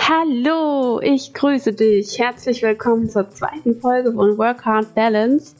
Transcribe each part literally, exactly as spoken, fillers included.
Hallo, ich grüße dich. Herzlich willkommen zur zweiten Folge von Work Hard Balance.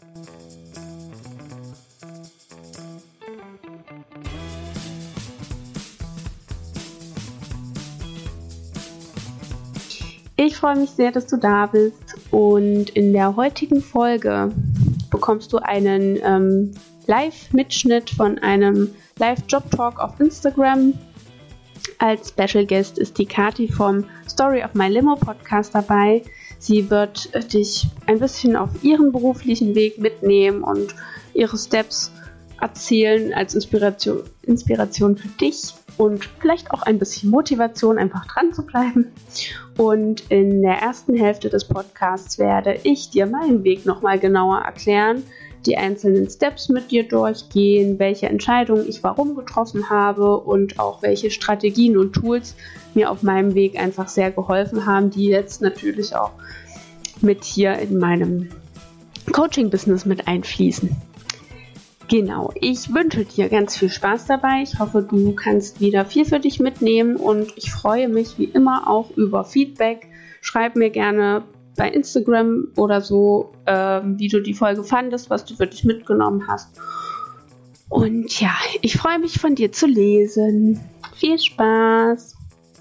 Ich freue mich sehr, dass du da bist, und in der heutigen Folge bekommst du einen ähm, Live-Mitschnitt von einem Live-Job-Talk auf Instagram. Als Special Guest ist die Kathi vom Story of My Limo Podcast dabei. Sie wird dich ein bisschen auf ihren beruflichen Weg mitnehmen und ihre Steps erzählen als Inspiration, Inspiration für dich und vielleicht auch ein bisschen Motivation, einfach dran zu bleiben. Und in der ersten Hälfte des Podcasts werde ich dir meinen Weg nochmal genauer erklären, die einzelnen Steps mit dir durchgehen, welche Entscheidungen ich warum getroffen habe und auch welche Strategien und Tools mir auf meinem Weg einfach sehr geholfen haben, die jetzt natürlich auch mit hier in meinem Coaching-Business mit einfließen. Genau, ich wünsche dir ganz viel Spaß dabei. Ich hoffe, du kannst wieder viel für dich mitnehmen, und ich freue mich wie immer auch über Feedback. Schreib mir gerne bei Instagram oder so, äh, wie du die Folge fandest, was du für dich mitgenommen hast. Und ja, ich freue mich, von dir zu lesen. Viel Spaß!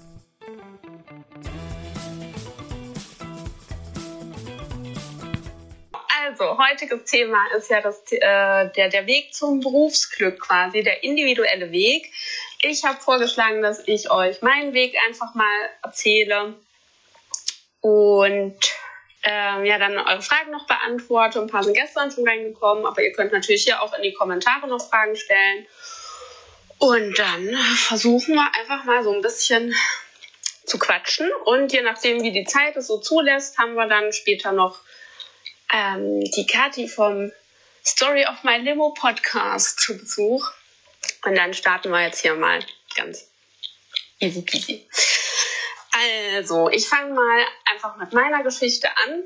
Also, heutiges Thema ist ja das, äh, der, der Weg zum Berufsglück quasi, der individuelle Weg. Ich habe vorgeschlagen, dass ich euch meinen Weg einfach mal erzähle und ähm, ja, dann eure Fragen noch beantworte. Ein paar sind gestern schon reingekommen, aber ihr könnt natürlich hier auch in die Kommentare noch Fragen stellen. Und dann versuchen wir einfach mal so ein bisschen zu quatschen. Und je nachdem, wie die Zeit es so zulässt, haben wir dann später noch ähm, die Kathi vom Story of My Limo Podcast zu Besuch. Und dann starten wir jetzt hier mal ganz easy peasy. Also, ich fange mal einfach mit meiner Geschichte an.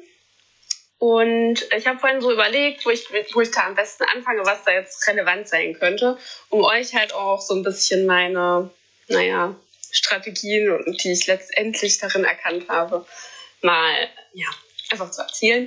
Und ich habe vorhin so überlegt, wo ich, wo ich da am besten anfange, was da jetzt relevant sein könnte, um euch halt auch so ein bisschen meine, naja, Strategien, die ich letztendlich darin erkannt habe, mal ja, einfach zu erzählen.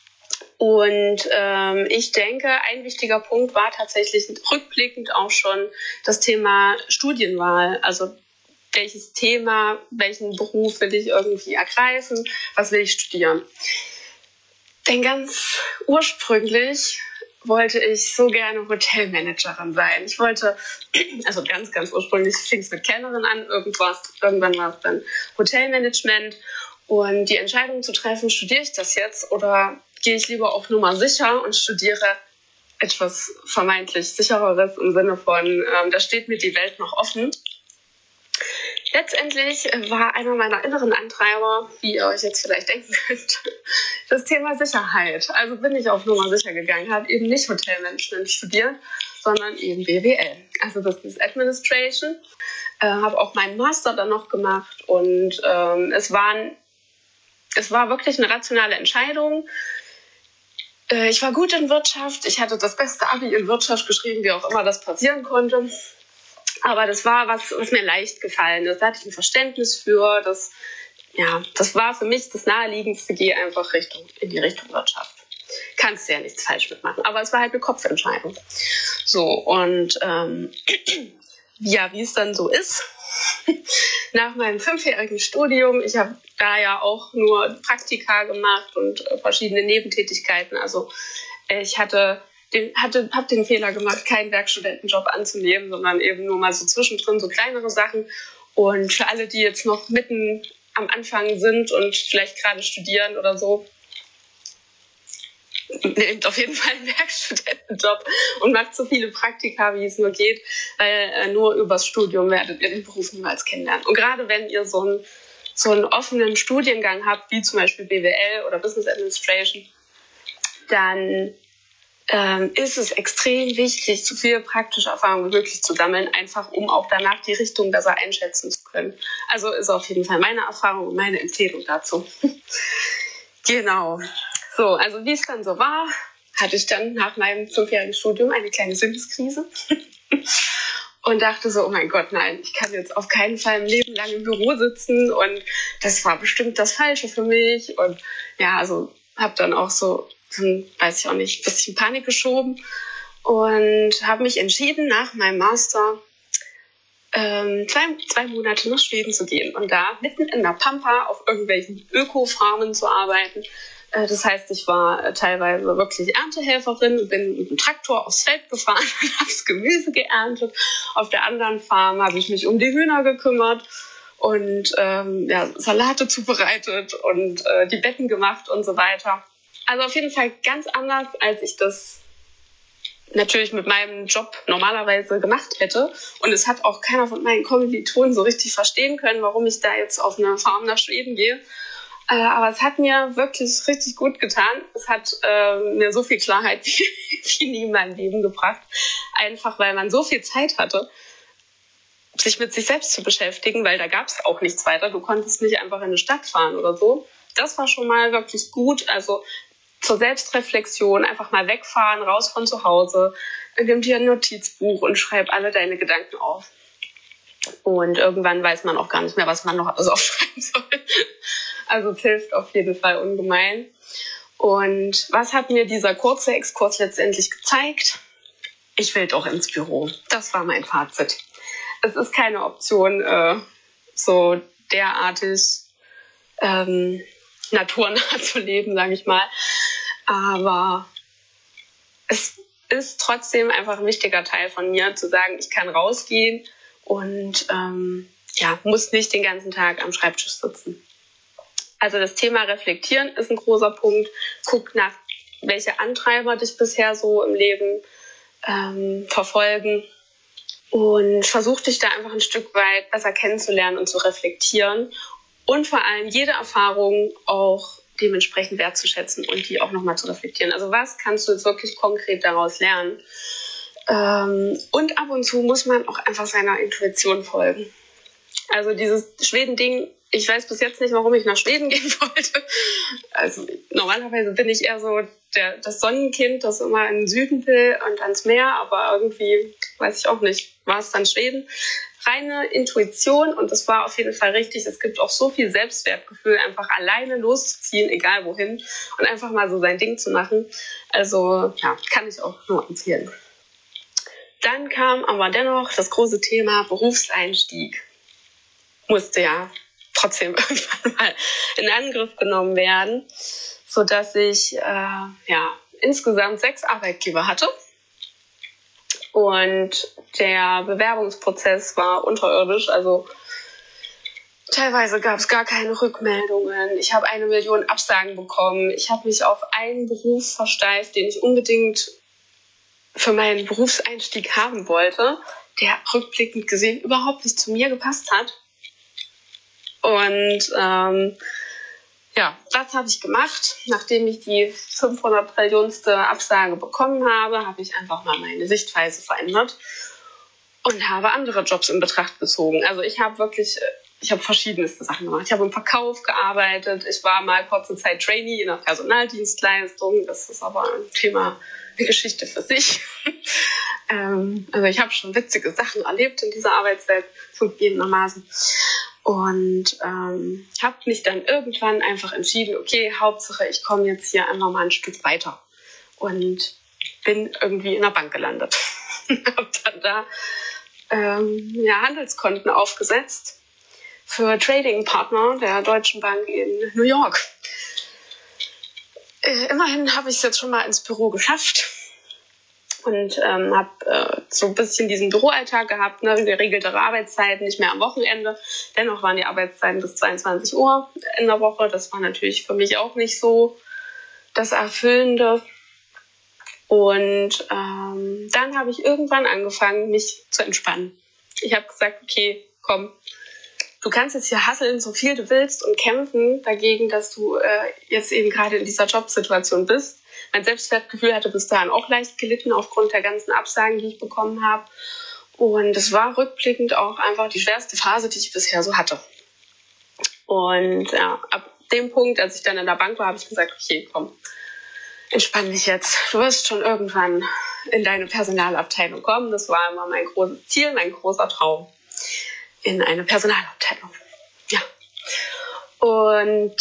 Und ähm, ich denke, ein wichtiger Punkt war tatsächlich rückblickend auch schon das Thema Studienwahl. Also welches Thema, welchen Beruf will ich irgendwie ergreifen, was will ich studieren. Denn ganz ursprünglich wollte ich so gerne Hotelmanagerin sein. Ich wollte, also ganz, ganz ursprünglich fing es mit Kellnerin an, irgendwas, irgendwann war es dann Hotelmanagement. Und die Entscheidung zu treffen, studiere ich das jetzt oder gehe ich lieber auf Nummer sicher und studiere etwas vermeintlich Sichereres im Sinne von, ähm, da steht mir die Welt noch offen. Letztendlich war einer meiner inneren Antreiber, wie ihr euch jetzt vielleicht denken könnt, das Thema Sicherheit. Also bin ich auf Nummer sicher gegangen, habe eben nicht Hotelmanagement studiert, sondern eben B W L, also Business Administration. Äh, habe auch meinen Master dann noch gemacht, und ähm, es, waren, es war wirklich eine rationale Entscheidung. Äh, ich war gut in Wirtschaft, ich hatte das beste Abi in Wirtschaft geschrieben, wie auch immer das passieren konnte. Aber das war was, was mir leicht gefallen ist. Da hatte ich ein Verständnis für. Das, ja, das war für mich das Naheliegendste, gehe einfach Richtung, in die Richtung Wirtschaft. Kannst ja nichts falsch mitmachen. Aber es war halt eine Kopfentscheidung. So, und ähm, ja, wie es dann so ist. Nach meinem fünfjährigen Studium, ich habe da ja auch nur Praktika gemacht und äh, verschiedene Nebentätigkeiten. Also äh, ich hatte... Den, hatte, habe den Fehler gemacht, keinen Werkstudentenjob anzunehmen, sondern eben nur mal so zwischendrin so kleinere Sachen. Und für alle, die jetzt noch mitten am Anfang sind und vielleicht gerade studieren oder so, nehmt auf jeden Fall einen Werkstudentenjob und macht so viele Praktika, wie es nur geht, weil äh, nur übers Studium werdet ihr den Beruf niemals kennenlernen. Und gerade wenn ihr so einen, so einen offenen Studiengang habt, wie zum Beispiel B W L oder Business Administration, dann ähm, ist es extrem wichtig, so viel praktische Erfahrung wie möglich zu sammeln, einfach um auch danach die Richtung besser einschätzen zu können. Also ist auf jeden Fall meine Erfahrung und meine Empfehlung dazu. Genau. So, also wie es dann so war, hatte ich dann nach meinem fünfjährigen Studium eine kleine Sinnkrise und dachte so, oh mein Gott, nein, ich kann jetzt auf keinen Fall ein Leben lang im Büro sitzen und das war bestimmt das Falsche für mich. Und ja, also habe dann auch so, weiß ich auch nicht, ein bisschen Panik geschoben und habe mich entschieden, nach meinem Master ähm, zwei, zwei Monate nach Schweden zu gehen und da mitten in der Pampa auf irgendwelchen Öko-Farmen zu arbeiten. Äh, das heißt, ich war äh, teilweise wirklich Erntehelferin und bin mit dem Traktor aufs Feld gefahren und habe das Gemüse geerntet. Auf der anderen Farm habe ich mich um die Hühner gekümmert und ähm, ja, Salate zubereitet und äh, die Betten gemacht und so weiter. Also auf jeden Fall ganz anders, als ich das natürlich mit meinem Job normalerweise gemacht hätte. Und es hat auch keiner von meinen Kommilitonen so richtig verstehen können, warum ich da jetzt auf eine Farm nach Schweden gehe. Äh, aber es hat mir wirklich richtig gut getan. Es hat äh, mir so viel Klarheit wie, wie nie in meinem Leben gebracht. Einfach, weil man so viel Zeit hatte, sich mit sich selbst zu beschäftigen, weil da gab es auch nichts weiter. Du konntest nicht einfach in eine Stadt fahren oder so. Das war schon mal wirklich gut. Also zur Selbstreflexion, einfach mal wegfahren, raus von zu Hause, nimm dir ein Notizbuch und schreib alle deine Gedanken auf. Und irgendwann weiß man auch gar nicht mehr, was man noch alles aufschreiben soll. Also es hilft auf jeden Fall ungemein. Und was hat mir dieser kurze Exkurs letztendlich gezeigt? Ich will doch ins Büro. Das war mein Fazit. Es ist keine Option, äh, so derartig ähm, naturnah zu leben, sage ich mal. Aber es ist trotzdem einfach ein wichtiger Teil von mir, zu sagen, ich kann rausgehen und ähm, ja, muss nicht den ganzen Tag am Schreibtisch sitzen. Also das Thema Reflektieren ist ein großer Punkt. Guck nach, welche Antreiber dich bisher so im Leben ähm, verfolgen und versuch dich da einfach ein Stück weit besser kennenzulernen und zu reflektieren und vor allem jede Erfahrung auch dementsprechend wertzuschätzen und die auch nochmal zu reflektieren. Also was kannst du jetzt wirklich konkret daraus lernen? Ähm, und ab und zu muss man auch einfach seiner Intuition folgen. Also dieses Schweden-Ding, ich weiß bis jetzt nicht, warum ich nach Schweden gehen wollte. Also normalerweise bin ich eher so der, das Sonnenkind, das immer in den Süden will und ans Meer, aber irgendwie, weiß ich auch nicht, war es dann Schweden. Reine Intuition und das war auf jeden Fall richtig. Es gibt auch so viel Selbstwertgefühl, einfach alleine loszuziehen, egal wohin und einfach mal so sein Ding zu machen. Also ja, kann ich auch nur empfehlen. Dann kam aber dennoch das große Thema Berufseinstieg. Musste ja trotzdem irgendwann mal in Angriff genommen werden, sodass ich äh, ja, insgesamt sechs Arbeitgeber hatte. Und der Bewerbungsprozess war unterirdisch, also teilweise gab es gar keine Rückmeldungen. Ich habe eine Million Absagen bekommen. Ich habe mich auf einen Beruf versteift, den ich unbedingt für meinen Berufseinstieg haben wollte, der rückblickend gesehen überhaupt nicht zu mir gepasst hat. Und ähm, ja, was habe ich gemacht? Nachdem ich die fünfhundert Trillionste Absage bekommen habe, habe ich einfach mal meine Sichtweise verändert und habe andere Jobs in Betracht gezogen. Also ich habe wirklich, ich habe verschiedenste Sachen gemacht. Ich habe im Verkauf gearbeitet. Ich war mal kurze Zeit Trainee in der Personaldienstleistung. Das ist aber ein Thema, eine Geschichte für sich. ähm, also ich habe schon witzige Sachen erlebt in dieser Arbeitswelt, zugegebenermaßen. Und ähm, habe mich dann irgendwann einfach entschieden, okay, Hauptsache, ich komme jetzt hier einfach mal ein Stück weiter. Und bin irgendwie in der Bank gelandet. habe dann da ähm, ja, Handelskonten aufgesetzt für Trading-Partner der Deutschen Bank in New York. Äh, immerhin habe ich es jetzt schon mal ins Büro geschafft. Und ähm, habe äh, so ein bisschen diesen Büroalltag gehabt, ne, geregeltere Arbeitszeiten, nicht mehr am Wochenende. Dennoch waren die Arbeitszeiten bis zweiundzwanzig Uhr in der Woche. Das war natürlich für mich auch nicht so das Erfüllende. Und ähm, dann habe ich irgendwann angefangen, mich zu entspannen. Ich habe gesagt, okay, komm, du kannst jetzt hier hasseln, so viel du willst und kämpfen dagegen, dass du äh, jetzt eben gerade in dieser Jobsituation bist. Mein Selbstwertgefühl hatte bis dahin auch leicht gelitten aufgrund der ganzen Absagen, die ich bekommen habe. Und es war rückblickend auch einfach die schwerste Phase, die ich bisher so hatte. Und ja, ab dem Punkt, als ich dann in der Bank war, habe ich gesagt, okay, komm, entspann dich jetzt. Du wirst schon irgendwann in deine Personalabteilung kommen. Das war immer mein großes Ziel, mein großer Traum. In eine Personalabteilung. Ja. Und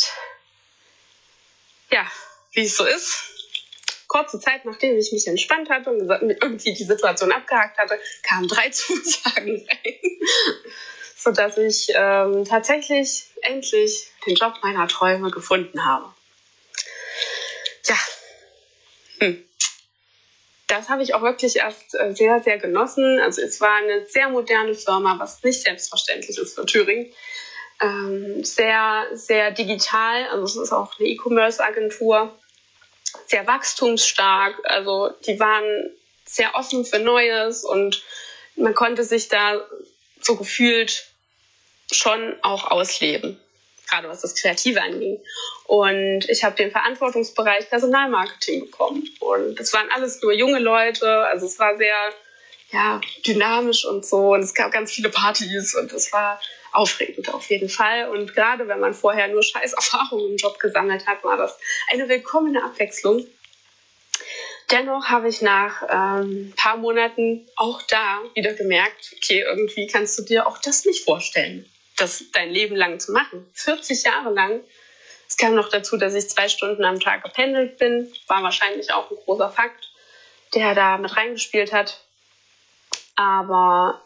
ja, wie es so ist, kurze Zeit nachdem ich mich entspannt hatte und irgendwie die Situation abgehakt hatte, kamen drei Zusagen rein, sodass ich ähm, tatsächlich endlich den Job meiner Träume gefunden habe. Ja, hm. Das habe ich auch wirklich erst sehr, sehr genossen. Also es war eine sehr moderne Firma, was nicht selbstverständlich ist für Thüringen. Ähm, sehr, sehr digital, also es ist auch eine E-Commerce-Agentur, sehr wachstumsstark, also die waren sehr offen für Neues und man konnte sich da so gefühlt schon auch ausleben, gerade was das Kreative anging. Und ich habe den Verantwortungsbereich Personalmarketing bekommen und es waren alles nur junge Leute, also es war sehr ja, dynamisch und so und es gab ganz viele Partys und es war aufregend auf jeden Fall. Und gerade wenn man vorher nur scheiß Erfahrungen im Job gesammelt hat, war das eine willkommene Abwechslung. Dennoch habe ich nach ein ähm, paar Monaten auch da wieder gemerkt, okay, irgendwie kannst du dir auch das nicht vorstellen, das dein Leben lang zu machen. vierzig Jahre lang. Es kam noch dazu, dass ich zwei Stunden am Tag gependelt bin. War wahrscheinlich auch ein großer Fakt, der da mit reingespielt hat. Aber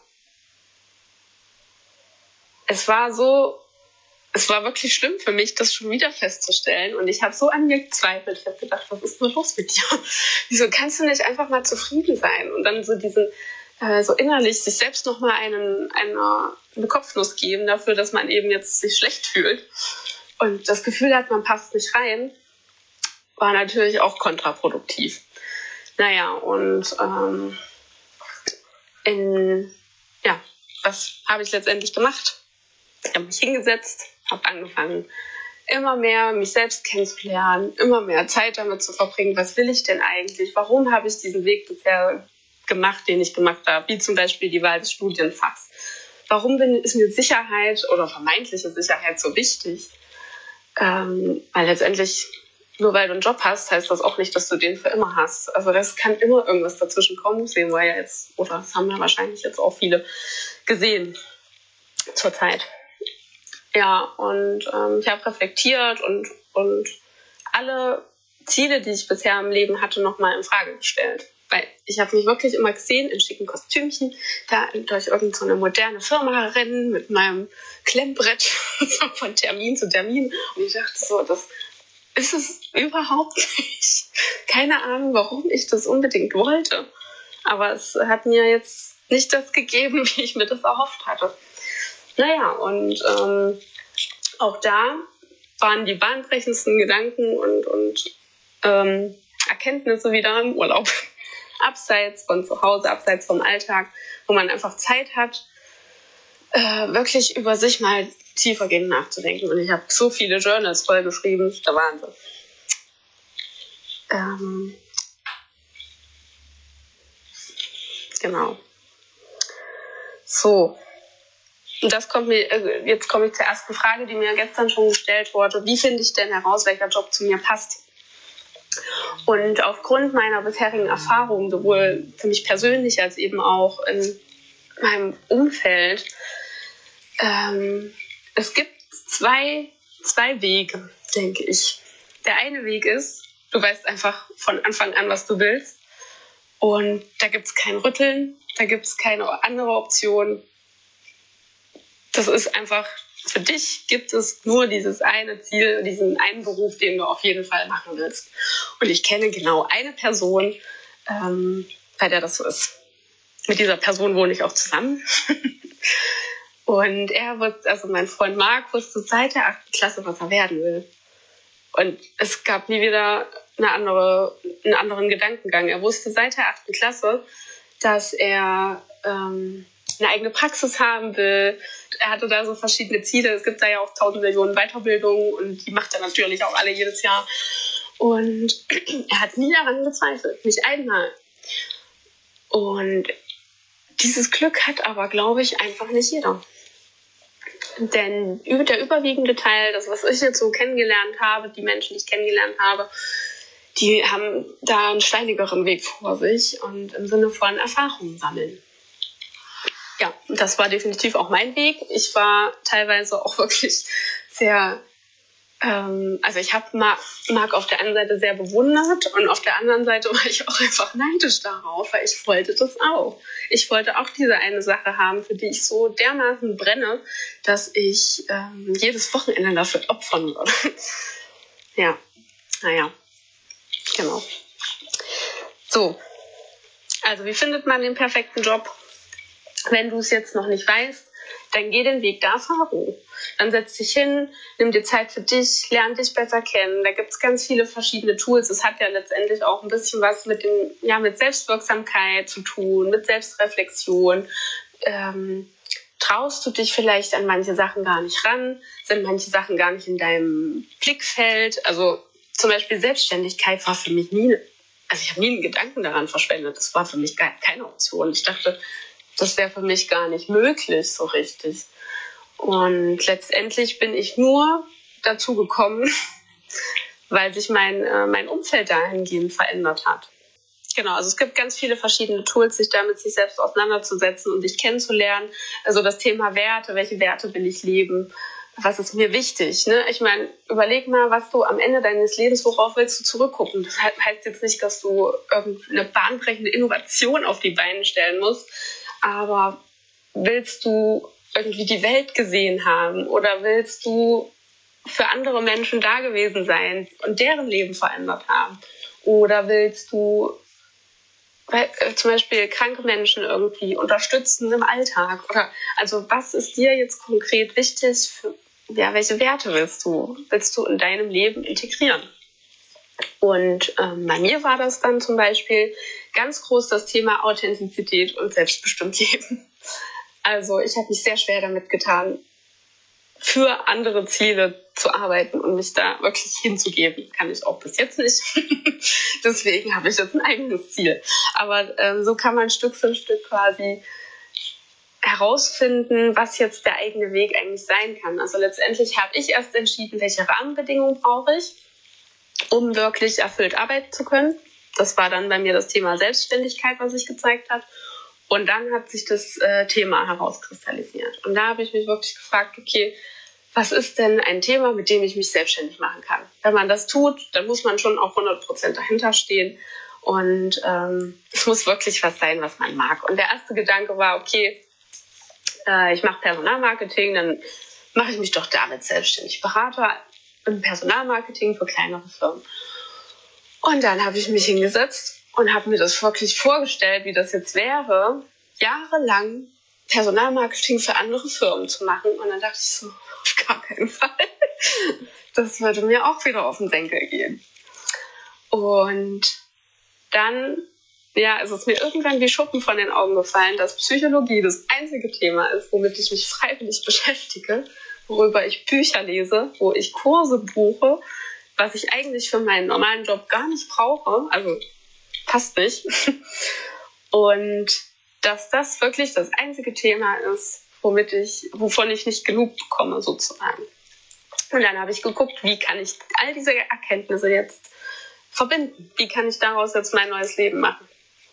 es war so, es war wirklich schlimm für mich, das schon wieder festzustellen. Und ich habe so an mir gezweifelt. Ich habe gedacht, was ist nur los mit dir? Wieso kannst du nicht einfach mal zufrieden sein? Und dann so diesen, äh, so innerlich sich selbst nochmal einen, eine, eine Kopfnuss geben dafür, dass man eben jetzt sich schlecht fühlt. Und das Gefühl hat, man passt nicht rein, war natürlich auch kontraproduktiv. Naja, und ähm, in, ja, was habe ich letztendlich gemacht? Ich habe mich hingesetzt, habe angefangen, immer mehr mich selbst kennenzulernen, immer mehr Zeit damit zu verbringen, was will ich denn eigentlich, warum habe ich diesen Weg bisher gemacht, den ich gemacht habe, wie zum Beispiel die Wahl des Studienfachs. Warum bin, ist mir Sicherheit oder vermeintliche Sicherheit so wichtig? Ähm, weil letztendlich, nur weil du einen Job hast, heißt das auch nicht, dass du den für immer hast. Also das kann immer irgendwas dazwischen kommen, sehen wir ja jetzt, oder das haben ja wahrscheinlich jetzt auch viele gesehen zurzeit. Ja, und ähm, ich habe reflektiert und, und alle Ziele, die ich bisher im Leben hatte, nochmal in Frage gestellt. Weil ich habe mich wirklich immer gesehen in schicken Kostümchen, da durch irgendeine so moderne Firma rennen mit meinem Klemmbrett von Termin zu Termin. Und ich dachte so, das ist es überhaupt nicht. Keine Ahnung, warum ich das unbedingt wollte. Aber es hat mir jetzt nicht das gegeben, wie ich mir das erhofft hatte. Naja, und ähm, auch da waren die bahnbrechendsten Gedanken und, und ähm, Erkenntnisse wieder im Urlaub. Abseits von zu Hause, abseits vom Alltag, wo man einfach Zeit hat, äh, wirklich über sich mal tiefergehend nachzudenken. Und ich habe so viele Journals vollgeschrieben, der Wahnsinn. Ähm, genau. So. Und das kommt mir, also jetzt komme ich zur ersten Frage, die mir gestern schon gestellt wurde. Wie finde ich denn heraus, welcher Job zu mir passt? Und aufgrund meiner bisherigen Erfahrungen, sowohl für mich persönlich als eben auch in meinem Umfeld, ähm, es gibt zwei, zwei Wege, denke ich. Der eine Weg ist, du weißt einfach von Anfang an, was du willst. Und da gibt es kein Rütteln, da gibt es keine andere Option. Das ist einfach, für dich gibt es nur dieses eine Ziel, diesen einen Beruf, den du auf jeden Fall machen willst. Und ich kenne genau eine Person, ähm, bei der das so ist. Mit dieser Person wohne ich auch zusammen. Und er wusste, also mein Freund Marc wusste seit der achten Klasse, was er werden will. Und es gab nie wieder eine andere, einen anderen Gedankengang. Er wusste seit der achten Klasse, dass er ähm, eine eigene Praxis haben will. Er hatte da so verschiedene Ziele. Es gibt da ja auch tausend Millionen Weiterbildungen und die macht er natürlich auch alle jedes Jahr. Und er hat nie daran gezweifelt, nicht einmal. Und dieses Glück hat aber, glaube ich, einfach nicht jeder. Denn der überwiegende Teil, das, was ich jetzt so kennengelernt habe, die Menschen, die ich kennengelernt habe, die haben da einen steinigeren Weg vor sich und im Sinne von Erfahrungen sammeln. Ja, das war definitiv auch mein Weg. Ich war teilweise auch wirklich sehr, ähm, also ich habe Marc, Marc auf der einen Seite sehr bewundert und auf der anderen Seite war ich auch einfach neidisch darauf, weil ich wollte das auch. Ich wollte auch diese eine Sache haben, für die ich so dermaßen brenne, dass ich ähm, jedes Wochenende dafür opfern würde. Ja, naja, genau. So, also wie findet man den perfekten Job? Wenn du es jetzt noch nicht weißt, dann geh den Weg der Erfahrung. Dann setz dich hin, nimm dir Zeit für dich, lern dich besser kennen. Da gibt es ganz viele verschiedene Tools. Es hat ja letztendlich auch ein bisschen was mit dem, ja, mit Selbstwirksamkeit zu tun, mit Selbstreflexion. Ähm, traust du dich vielleicht an manche Sachen gar nicht ran? Sind manche Sachen gar nicht in deinem Blickfeld? Also zum Beispiel Selbstständigkeit war für mich nie, also ich habe nie einen Gedanken daran verschwendet. Das war für mich gar keine Option. Ich dachte, das wäre für mich gar nicht möglich so richtig. Und letztendlich bin ich nur dazu gekommen, weil sich mein, äh, mein Umfeld dahingehend verändert hat. Genau, also es gibt ganz viele verschiedene Tools, sich damit sich selbst auseinanderzusetzen und sich kennenzulernen. Also das Thema Werte, welche Werte will ich leben? Was ist mir wichtig? Ne? Ich meine, überleg mal, was du am Ende deines Lebens, worauf willst du zurückgucken? Das heißt jetzt nicht, dass du irgendeine bahnbrechende Innovation auf die Beine stellen musst, aber willst du irgendwie die Welt gesehen haben oder willst du für andere Menschen da gewesen sein und deren Leben verändert haben? Oder willst du weil, äh, zum Beispiel kranke Menschen irgendwie unterstützen im Alltag? Oder also was ist dir jetzt konkret wichtig? Für, ja, welche Werte willst du, willst du in deinem Leben integrieren? Und ähm, bei mir war das dann zum Beispiel ganz groß das Thema Authentizität und selbstbestimmt leben. Also ich habe mich sehr schwer damit getan, für andere Ziele zu arbeiten und mich da wirklich hinzugeben. Kann ich auch bis jetzt nicht. Deswegen habe ich jetzt ein eigenes Ziel. Aber ähm, so kann man Stück für Stück quasi herausfinden, was jetzt der eigene Weg eigentlich sein kann. Also letztendlich habe ich erst entschieden, welche Rahmenbedingungen brauche ich, um wirklich erfüllt arbeiten zu können. Das war dann bei mir das Thema Selbstständigkeit, was sich gezeigt hat. Und dann hat sich das äh, Thema herauskristallisiert. Und da habe ich mich wirklich gefragt, okay, was ist denn ein Thema, mit dem ich mich selbstständig machen kann? Wenn man das tut, dann muss man schon auch hundert Prozent dahinter stehen. Und ähm, es muss wirklich was sein, was man mag. Und der erste Gedanke war, okay, äh, ich mache Personalmarketing, dann mache ich mich doch damit selbstständig. Berater im Personalmarketing für kleinere Firmen. Und dann habe ich mich hingesetzt und habe mir das wirklich vorgestellt, wie das jetzt wäre, jahrelang Personalmarketing für andere Firmen zu machen. Und dann dachte ich so, auf gar keinen Fall. Das würde mir auch wieder auf den Senkel gehen. Und dann, ja, ist es mir irgendwann wie Schuppen von den Augen gefallen, dass Psychologie das einzige Thema ist, womit ich mich freiwillig beschäftige, worüber ich Bücher lese, wo ich Kurse buche, was ich eigentlich für meinen normalen Job gar nicht brauche, also passt nicht. Und dass das wirklich das einzige Thema ist, womit ich, wovon ich nicht genug bekomme, sozusagen. Und dann habe ich geguckt, wie kann ich all diese Erkenntnisse jetzt verbinden? Wie kann ich daraus jetzt mein neues Leben machen?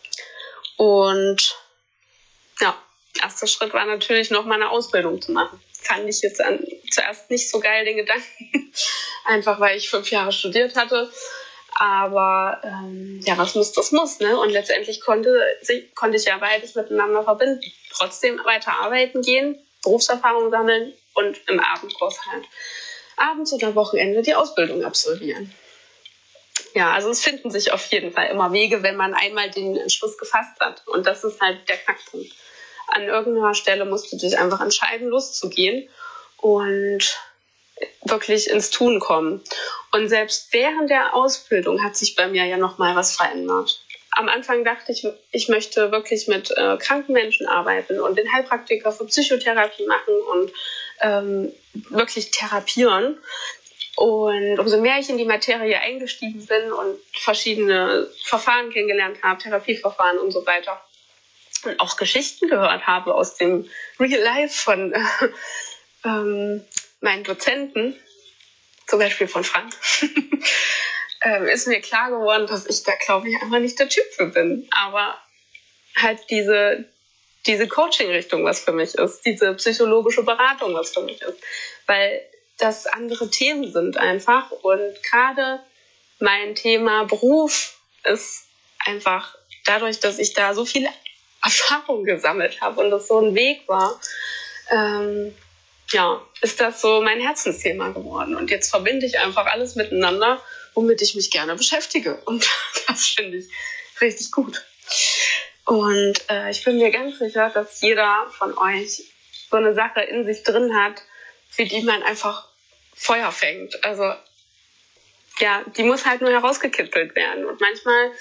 Und ja, erster Schritt war natürlich noch mal eine Ausbildung zu machen. Fand ich jetzt an, zuerst nicht so geil, den Gedanken, einfach weil ich fünf Jahre studiert hatte. Aber ähm, ja, was muss, das muss. Ne? Und letztendlich konnte, konnte ich ja beides miteinander verbinden. Trotzdem weiter arbeiten gehen, Berufserfahrung sammeln und im Abendkurs halt abends oder Wochenende die Ausbildung absolvieren. Ja, also es finden sich auf jeden Fall immer Wege, wenn man einmal den Entschluss gefasst hat. Und das ist halt der Knackpunkt. An irgendeiner Stelle musst du dich einfach entscheiden, loszugehen und wirklich ins Tun kommen. Und selbst während der Ausbildung hat sich bei mir ja nochmal was verändert. Am Anfang dachte ich, ich möchte wirklich mit äh, kranken Menschen arbeiten und den Heilpraktiker für Psychotherapie machen und ähm, wirklich therapieren. Und umso mehr ich in die Materie eingestiegen bin und verschiedene Verfahren kennengelernt habe, Therapieverfahren und so weiter, und auch Geschichten gehört habe aus dem Real Life von äh, ähm, meinen Dozenten, zum Beispiel von Frank, ähm, ist mir klar geworden, dass ich da, glaube ich, einfach nicht der Typ für bin. Aber halt diese, diese Coaching-Richtung, was für mich ist, diese psychologische Beratung, was für mich ist. Weil das andere Themen sind einfach. Und gerade mein Thema Beruf ist einfach dadurch, dass ich da so viel Erfahrung gesammelt habe und das so ein Weg war, ähm, ja, ist das so mein Herzensthema geworden. Und jetzt verbinde ich einfach alles miteinander, womit ich mich gerne beschäftige. Und das finde ich richtig gut. Und äh, ich bin mir ganz sicher, dass jeder von euch so eine Sache in sich drin hat, für die man einfach Feuer fängt. Also ja, die muss halt nur herausgekitzelt werden. Und manchmal,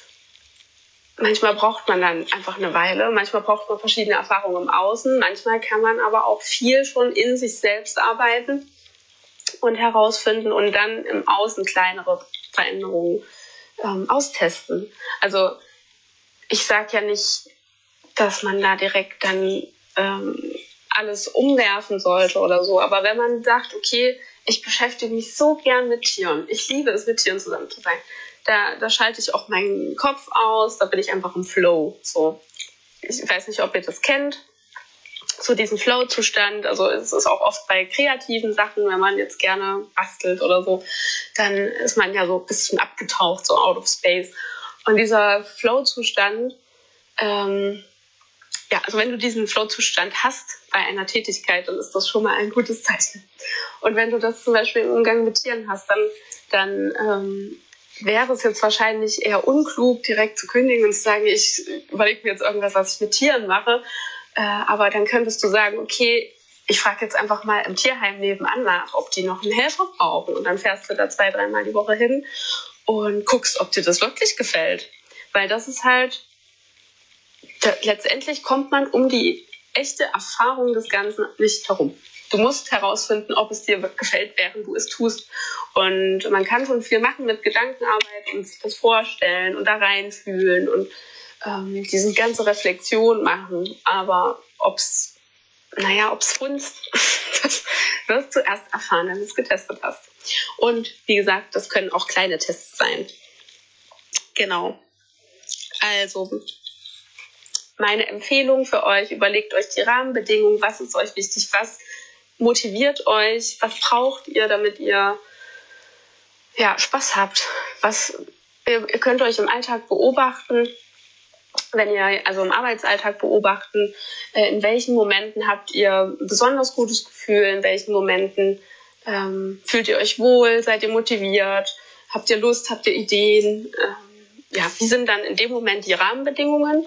manchmal braucht man dann einfach eine Weile. Manchmal braucht man verschiedene Erfahrungen im Außen. Manchmal kann man aber auch viel schon in sich selbst arbeiten und herausfinden und dann im Außen kleinere Veränderungen ähm, austesten. Also ich sage ja nicht, dass man da direkt dann ähm, alles umwerfen sollte oder so. Aber wenn man sagt, okay, ich beschäftige mich so gern mit Tieren, ich liebe es, mit Tieren zusammen zu sein, da, da schalte ich auch meinen Kopf aus, da bin ich einfach im Flow. So. Ich weiß nicht, ob ihr das kennt, so diesen Flow-Zustand. Also es ist auch oft bei kreativen Sachen, wenn man jetzt gerne bastelt oder so, dann ist man ja so ein bisschen abgetaucht, so out of space. Und dieser Flow-Zustand, ähm, ja, also wenn du diesen Flow-Zustand hast bei einer Tätigkeit, dann ist das schon mal ein gutes Zeichen. Und wenn du das zum Beispiel im Umgang mit Tieren hast, dann, dann ähm, wäre es jetzt wahrscheinlich eher unklug, direkt zu kündigen und zu sagen, ich überlege mir jetzt irgendwas, was ich mit Tieren mache. Äh, aber dann könntest du sagen, okay, ich frage jetzt einfach mal im Tierheim nebenan nach, ob die noch einen Helfer brauchen. Und dann fährst du da zwei, dreimal die Woche hin und guckst, ob dir das wirklich gefällt. Weil das ist halt, da, letztendlich kommt man um die echte Erfahrung des Ganzen nicht herum. Du musst herausfinden, ob es dir gefällt, während du es tust. Und man kann schon viel machen mit Gedankenarbeit und sich das vorstellen und da reinfühlen und ähm, diese ganze Reflexion machen. Aber ob es, naja, ob es funzt, das wirst du erst erfahren, wenn du es getestet hast. Und wie gesagt, das können auch kleine Tests sein. Genau. Also, meine Empfehlung für euch, überlegt euch die Rahmenbedingungen, was ist euch wichtig, was motiviert euch, was braucht ihr, damit ihr ja, Spaß habt. Was, ihr, ihr könnt euch im Alltag beobachten, wenn ihr also im Arbeitsalltag beobachten, äh, in welchen Momenten habt ihr ein besonders gutes Gefühl, in welchen Momenten ähm, fühlt ihr euch wohl, seid ihr motiviert, habt ihr Lust, habt ihr Ideen, ähm, ja, wie sind dann in dem Moment die Rahmenbedingungen?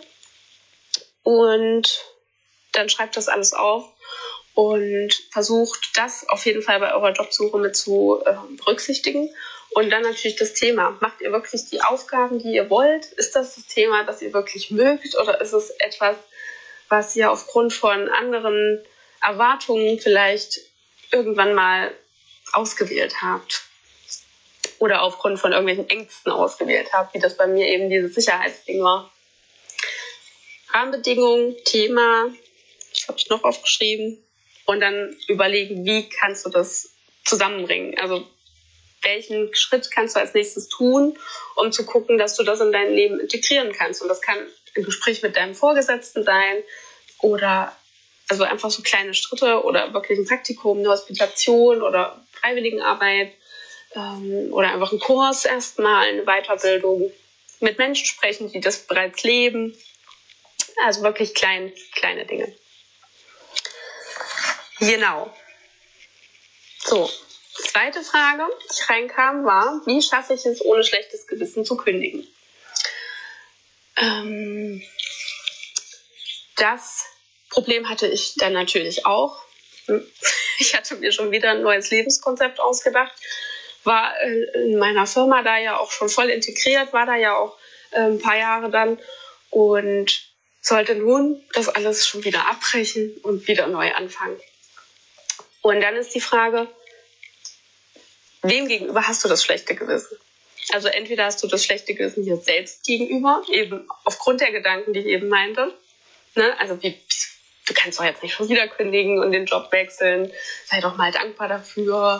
Und dann schreibt das alles auf und versucht das auf jeden Fall bei eurer Jobsuche mit zu äh, berücksichtigen. Und dann natürlich das Thema. Macht ihr wirklich die Aufgaben, die ihr wollt? Ist das das Thema, das ihr wirklich mögt? Oder ist es etwas, was ihr aufgrund von anderen Erwartungen vielleicht irgendwann mal ausgewählt habt? Oder aufgrund von irgendwelchen Ängsten ausgewählt habt, wie das bei mir eben dieses Sicherheitsding war. Rahmenbedingungen, Thema, das habe ich noch aufgeschrieben. Und dann überlegen, wie kannst du das zusammenbringen? Also welchen Schritt kannst du als nächstes tun, um zu gucken, dass du das in dein Leben integrieren kannst. Und das kann ein Gespräch mit deinem Vorgesetzten sein oder also einfach so kleine Schritte oder wirklich ein Praktikum, eine Hospitation oder Freiwilligenarbeit ähm, oder einfach ein Kurs erstmal, eine Weiterbildung, mit Menschen sprechen, die das bereits leben. Also wirklich klein, kleine Dinge. Genau. So, zweite Frage, die reinkam, war, wie schaffe ich es, ohne schlechtes Gewissen zu kündigen? Ähm, das Problem hatte ich dann natürlich auch. Ich hatte mir schon wieder ein neues Lebenskonzept ausgedacht, war in meiner Firma da ja auch schon voll integriert, war da ja auch ein paar Jahre dann und sollte nun das alles schon wieder abbrechen und wieder neu anfangen. Und dann ist die Frage, wem gegenüber hast du das schlechte Gewissen? Also entweder hast du das schlechte Gewissen dir selbst gegenüber, eben aufgrund der Gedanken, die ich eben meinte. Ne? Also wie, du kannst doch jetzt nicht schon wieder kündigen und den Job wechseln. Sei doch mal dankbar dafür.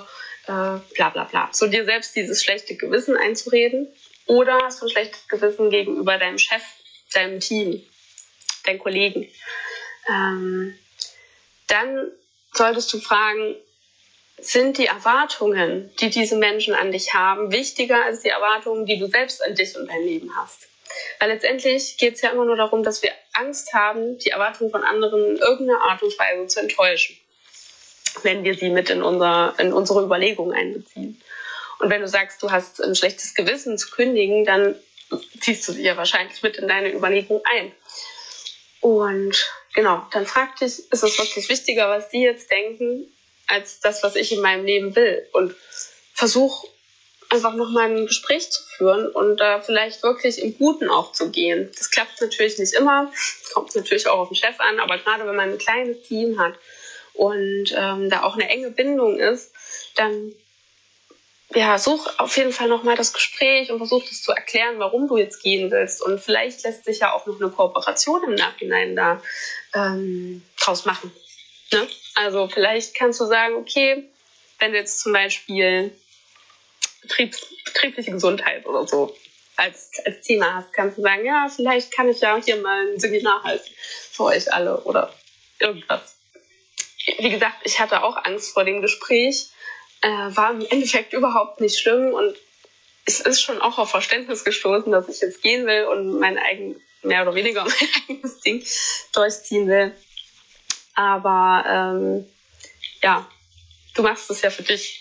äh, bla bla bla. So dir selbst dieses schlechte Gewissen einzureden. Oder hast du ein schlechtes Gewissen gegenüber deinem Chef, deinem Team, deinen Kollegen. Ähm, dann solltest du fragen, sind die Erwartungen, die diese Menschen an dich haben, wichtiger als die Erwartungen, die du selbst an dich und dein Leben hast? Weil letztendlich geht es ja immer nur darum, dass wir Angst haben, die Erwartungen von anderen in irgendeiner Art und Weise zu enttäuschen, wenn wir sie mit in, unser, in unsere Überlegungen einbeziehen. Und wenn du sagst, du hast ein schlechtes Gewissen zu kündigen, dann ziehst du sie ja wahrscheinlich mit in deine Überlegung ein. Und genau, dann frag dich, ist es wirklich wichtiger, was die jetzt denken, als das, was ich in meinem Leben will? Und versuch einfach nochmal ein Gespräch zu führen und da vielleicht wirklich im Guten auch zu gehen. Das klappt natürlich nicht immer, kommt natürlich auch auf den Chef an, aber gerade wenn man ein kleines Team hat und ähm, da auch eine enge Bindung ist, dann ja, such auf jeden Fall nochmal das Gespräch und versuch das zu erklären, warum du jetzt gehen willst. Und vielleicht lässt sich ja auch noch eine Kooperation im Nachhinein da ähm, draus machen. Ne? Also vielleicht kannst du sagen, okay, wenn du jetzt zum Beispiel Betriebs, betriebliche Gesundheit oder so als, als Thema hast, kannst du sagen, ja, vielleicht kann ich ja hier mal ein Seminar halten für euch alle oder irgendwas. Wie gesagt, ich hatte auch Angst vor dem Gespräch, äh, war im Endeffekt überhaupt nicht schlimm und es ist schon auch auf Verständnis gestoßen, dass ich jetzt gehen will und mein eigen, mehr oder weniger mein eigenes Ding durchziehen will. Aber ähm, ja, du machst es ja für dich.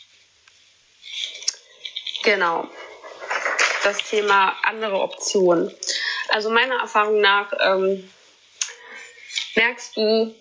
Genau. Das Thema andere Optionen. Also meiner Erfahrung nach ähm, merkst du,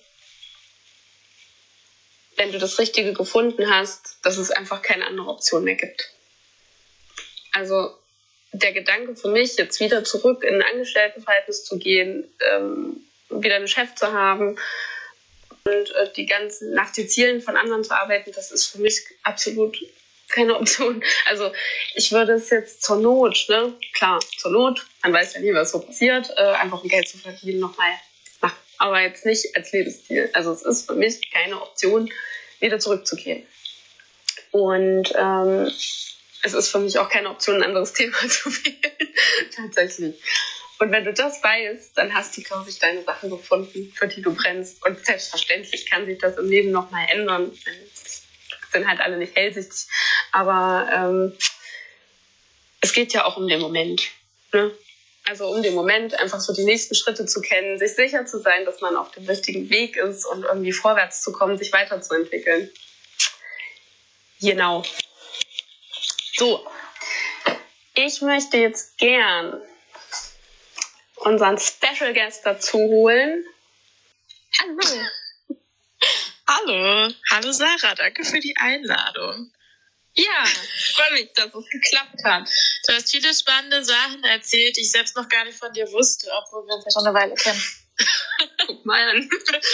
wenn du das Richtige gefunden hast, dass es einfach keine andere Option mehr gibt. Also der Gedanke für mich, jetzt wieder zurück in ein Angestelltenverhältnis zu gehen, ähm, wieder einen Chef zu haben und äh, die ganzen, nach den Zielen von anderen zu arbeiten, das ist für mich absolut keine Option. Also ich würde es jetzt zur Not, ne, klar, zur Not, man weiß ja nie, was so passiert, äh, einfach um Geld zu verdienen, nochmal machen. Aber jetzt nicht als Lebensziel. Also es ist für mich keine Option, wieder zurückzugehen. Und ähm, es ist für mich auch keine Option, ein anderes Thema zu wählen. Tatsächlich. Und wenn du das weißt, dann hast du, glaube ich, deine Sachen gefunden, für die du brennst. Und selbstverständlich kann sich das im Leben nochmal ändern. Sind halt alle nicht hellsichtig. Aber ähm, es geht ja auch um den Moment. Ne? Also um den Moment, einfach so die nächsten Schritte zu kennen, sich sicher zu sein, dass man auf dem richtigen Weg ist und irgendwie vorwärts zu kommen, sich weiterzuentwickeln. Genau. So, ich möchte jetzt gern unseren Special Guest dazu holen. Hallo. Hallo. Hallo Sarah, danke für die Einladung. Ja, freue mich, dass es geklappt hat. Du hast viele spannende Sachen erzählt, die ich selbst noch gar nicht von dir wusste, obwohl wir uns ja schon eine Weile kennen. Guck mal an.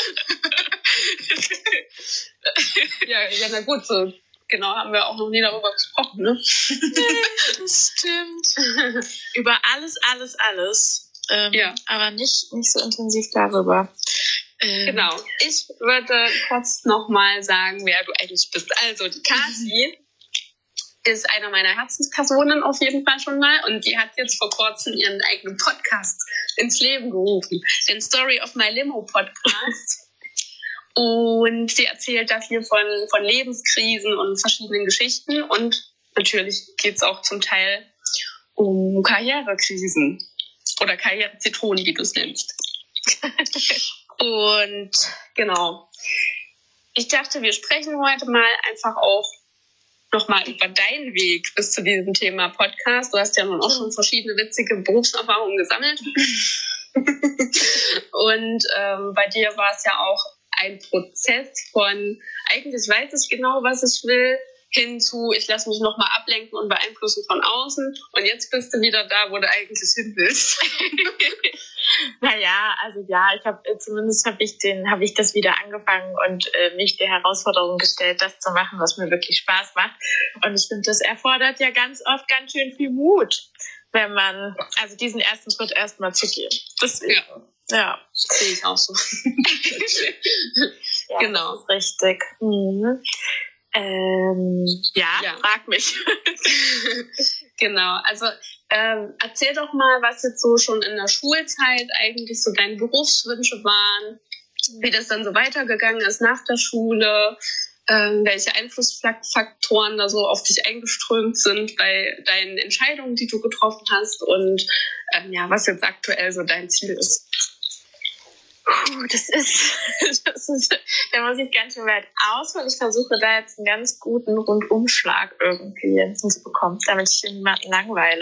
ja, ja, na gut, so genau haben wir auch noch nie darüber gesprochen, ne? Nee, das stimmt. Über alles, alles, alles. Ähm, ja. Aber nicht, nicht so intensiv darüber. Ähm. Genau. Ich würde kurz nochmal sagen, wer du eigentlich bist. Also, die Kasi ist eine meiner Herzenspersonen auf jeden Fall schon mal und die hat jetzt vor kurzem ihren eigenen Podcast ins Leben gerufen, den Story of My Limo Podcast. Und sie erzählt da viel von, von Lebenskrisen und verschiedenen Geschichten und natürlich geht es auch zum Teil um Karrierekrisen oder Karrierezitronen, wie du es nennst. Und genau, ich dachte, wir sprechen heute mal einfach auch nochmal über deinen Weg bis zu diesem Thema Podcast. Du hast ja nun auch schon verschiedene witzige Berufserfahrungen gesammelt. Und ähm, bei dir war es ja auch ein Prozess von, eigentlich weiß ich genau, was ich will, hin zu, ich lasse mich nochmal ablenken und beeinflussen von außen. Und jetzt bist du wieder da, wo du eigentlich hin willst. Naja, also ja, ich habe zumindest habe ich den, habe ich das wieder angefangen und äh, mich der Herausforderung gestellt, das zu machen, was mir wirklich Spaß macht. Und ich finde, das erfordert ja ganz oft ganz schön viel Mut, wenn man, also diesen ersten Schritt erstmal zu gehen. Deswegen. Ja. Ja, sehe ich auch so. Ja, genau, richtig. Mhm. Ähm, ja, ja, frag mich. Genau, also ähm, erzähl doch mal, was jetzt so schon in der Schulzeit eigentlich so deine Berufswünsche waren, wie das dann so weitergegangen ist nach der Schule, ähm, welche Einflussfaktoren da so auf dich eingeströmt sind bei deinen Entscheidungen, die du getroffen hast und ähm, ja, was jetzt aktuell so dein Ziel ist. Puh, das ist, das ist, da muss ich ganz schön weit ausholen. Ich versuche da jetzt einen ganz guten Rundumschlag irgendwie hinzubekommen, damit ich niemanden langweile.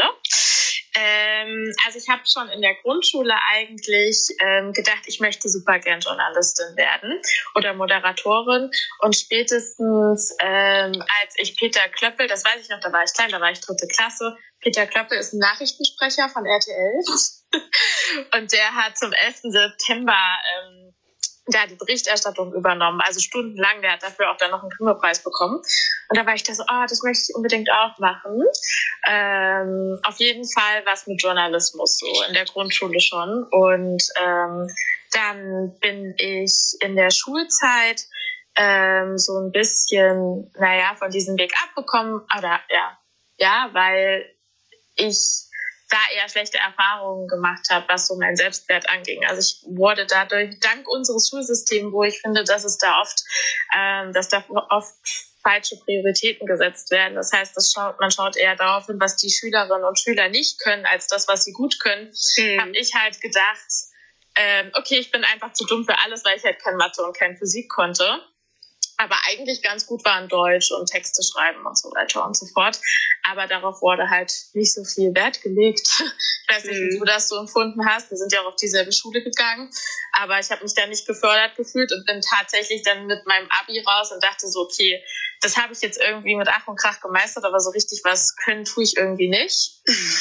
Ähm, also ich habe schon in der Grundschule eigentlich ähm, gedacht, ich möchte super gern Journalistin werden oder Moderatorin. Und spätestens ähm, als ich Peter Klöppel, das weiß ich noch, da war ich klein, da war ich dritte Klasse. Peter Klöppel ist ein Nachrichtensprecher von R T L. Und der hat zum elften September ähm, da die Berichterstattung übernommen, also stundenlang. Der hat dafür auch dann noch einen Grimme-Preis bekommen. Und da war ich da so, oh, das möchte ich unbedingt auch machen. Ähm, auf jeden Fall was mit Journalismus, so in der Grundschule schon. Und ähm, dann bin ich in der Schulzeit ähm, so ein bisschen, naja, von diesem Weg abgekommen. Oder ja, ja, weil ich da eher schlechte Erfahrungen gemacht habe, was so mein Selbstwert anging. Also ich wurde dadurch, dank unseres Schulsystems, wo ich finde, dass es da oft, ähm, dass da oft falsche Prioritäten gesetzt werden. Das heißt, das schaut, man schaut eher darauf hin, was die Schülerinnen und Schüler nicht können, als das, was sie gut können. Mhm. Habe ich halt gedacht, ähm, okay, ich bin einfach zu dumm für alles, weil ich halt kein Mathe und kein Physik konnte. Aber eigentlich ganz gut waren Deutsch und Texte schreiben und so weiter und so fort. Aber darauf wurde halt nicht so viel Wert gelegt. Ich weiß nicht, wie du das so empfunden hast. Wir sind ja auch auf dieselbe Schule gegangen. Aber ich habe mich da nicht gefördert gefühlt und bin tatsächlich dann mit meinem Abi raus und dachte so, okay, das habe ich jetzt irgendwie mit Ach und Krach gemeistert, aber so richtig was können tue ich irgendwie nicht.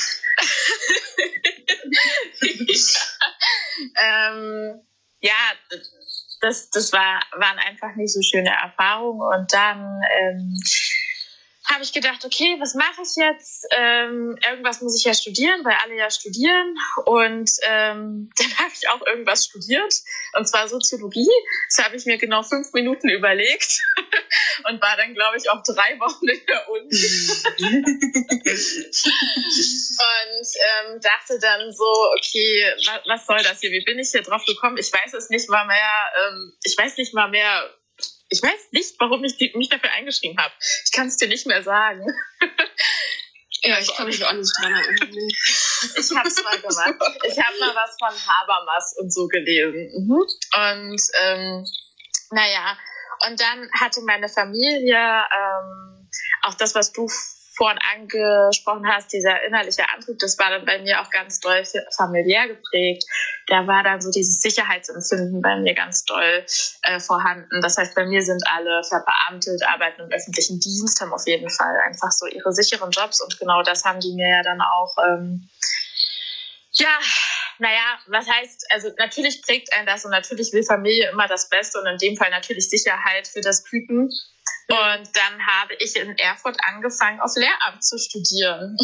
ähm, ja, Das, das war, waren einfach nicht so schöne Erfahrungen. Und dann ähm, habe ich gedacht, okay, was mache ich jetzt? Ähm, irgendwas muss ich ja studieren, weil alle ja studieren. Und ähm, dann habe ich auch irgendwas studiert, und zwar Soziologie. Das habe ich mir genau fünf Minuten überlegt und war dann, glaube ich, auch drei Wochen in der Uni. Und ähm, dachte dann so, okay, was, was soll das hier? Wie bin ich hier drauf gekommen? Ich weiß es nicht mal mehr. Ähm, ich weiß nicht mal mehr. Ich weiß nicht, warum ich die, mich dafür eingeschrieben habe. Ich kann es dir nicht mehr sagen. Ja, ich kann mich auch nicht dran erinnern. Ich habe es mal gemacht. Ich habe mal was von Habermas und so gelesen. Mhm. Und ähm, naja, und dann hatte meine Familie ähm, auch das, was du vorhin angesprochen hast, dieser innerliche Antrieb, das war dann bei mir auch ganz doll familiär geprägt. Da war dann so dieses Sicherheitsempfinden bei mir ganz doll äh, vorhanden. Das heißt, bei mir sind alle verbeamtet, arbeiten im öffentlichen Dienst, haben auf jeden Fall einfach so ihre sicheren Jobs, und genau das haben die mir ja dann auch, ähm, ja, naja, was heißt, also natürlich prägt einen das und natürlich will Familie immer das Beste und in dem Fall natürlich Sicherheit für das Küken. Und dann habe ich in Erfurt angefangen, auf Lehramt zu studieren.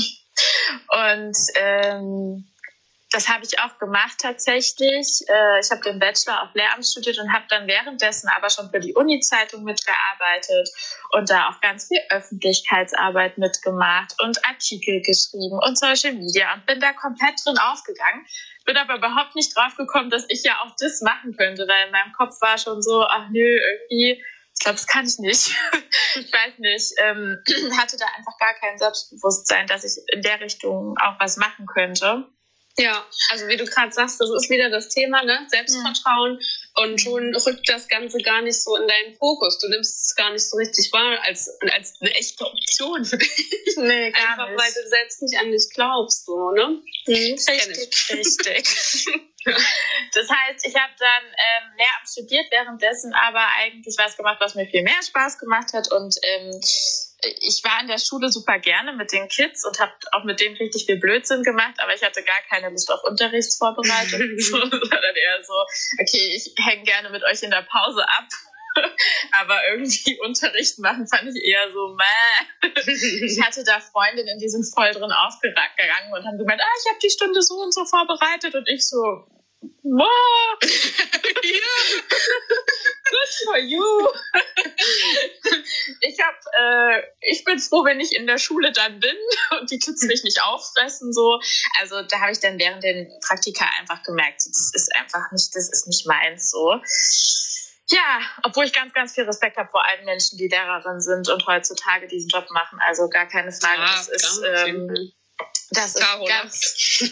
Und ähm, das habe ich auch gemacht tatsächlich. Äh, ich habe den Bachelor auf Lehramt studiert und habe dann währenddessen aber schon für die Uni-Zeitung mitgearbeitet und da auch ganz viel Öffentlichkeitsarbeit mitgemacht und Artikel geschrieben und Social Media und bin da komplett drin aufgegangen. Bin aber überhaupt nicht drauf gekommen, dass ich ja auch das machen könnte, weil in meinem Kopf war schon so, ach nö, irgendwie... Ich glaube, das kann ich nicht. Ich weiß nicht. Ähm, hatte da einfach gar kein Selbstbewusstsein, dass ich in der Richtung auch was machen könnte. Ja, also wie du gerade sagst, das ist wieder das Thema, ne? Selbstvertrauen. Ja. Und schon rückt das Ganze gar nicht so in deinen Fokus. Du nimmst es gar nicht so richtig wahr als, als eine echte Option für dich. Nee, gar einfach, nicht. Weil du selbst nicht an dich glaubst, so, ne? Mhm, richtig, richtig. Das heißt, ich habe dann ähm, Lehramt studiert, währenddessen aber eigentlich was gemacht, was mir viel mehr Spaß gemacht hat. Und ähm, ich war in der Schule super gerne mit den Kids und habe auch mit denen richtig viel Blödsinn gemacht, aber ich hatte gar keine Lust auf Unterrichtsvorbereitung, sondern eher so, okay, ich hänge gerne mit euch in der Pause ab. Aber irgendwie Unterricht machen fand ich eher so, meh. Ich hatte da Freundinnen, die sind voll drin aufgegangen und haben gemeint, ah, ich habe die Stunde so und so vorbereitet, und ich so, wow, good for you. Ich habe äh, ich bin froh, wenn ich in der Schule dann bin und die Kids mich nicht auffressen. So. Also da habe ich dann während den Praktika einfach gemerkt, das ist einfach nicht, das ist nicht meins so. Ja, obwohl ich ganz, ganz viel Respekt habe vor allen Menschen, die Lehrerin sind und heutzutage diesen Job machen. Also gar keine Frage. Ja, das ist, klar, ähm, das ist Caro ganz,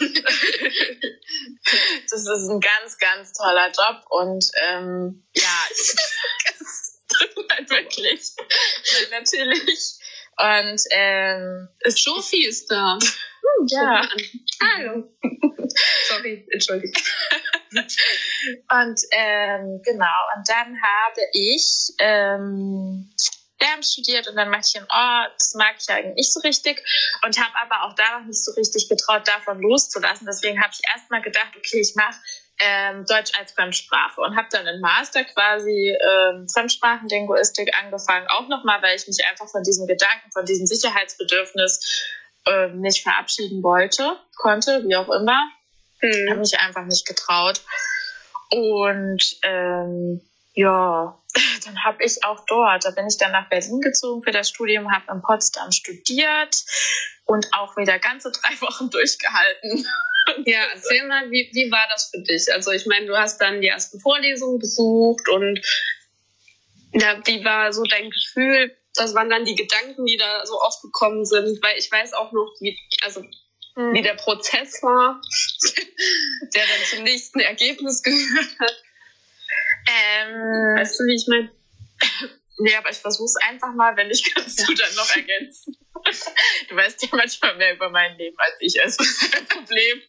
das ist ein ganz, ganz toller Job und ähm, ja, es trifft halt wirklich, natürlich. Und ähm, ist Sophie ist da. Hm, ja. Hallo. Sorry, entschuldigt. Und ähm, genau, und dann habe ich ähm, Lehramt studiert und dann meinte ich, oh, das mag ich eigentlich nicht so richtig und habe aber auch da noch nicht so richtig getraut, davon loszulassen. Deswegen habe ich erstmal gedacht, okay, ich mache ähm, Deutsch als Fremdsprache und habe dann einen Master quasi ähm, Fremdsprachenlinguistik angefangen, auch nochmal, weil ich mich einfach von diesem Gedanken, von diesem Sicherheitsbedürfnis äh, nicht verabschieden wollte, konnte, wie auch immer. Hm. Habe mich einfach nicht getraut. Und ähm, ja, dann habe ich auch dort, da bin ich dann nach Berlin gezogen für das Studium, habe in Potsdam studiert und auch wieder ganze drei Wochen durchgehalten. Ja, erzähl mal, wie, wie war das für dich? Also ich meine, du hast dann die ersten Vorlesungen besucht und ja, wie war so dein Gefühl? Was waren dann die Gedanken, die da so aufgekommen sind? Weil ich weiß auch noch, wie, also hm. wie der Prozess war, der dann zum nächsten Ergebnis geführt hat. Ähm, weißt du, wie ich meine? Nee, aber ich versuche es einfach mal, wenn nicht, kannst du dann noch ergänzen. Du weißt ja manchmal mehr über mein Leben als ich, also das ist kein Problem.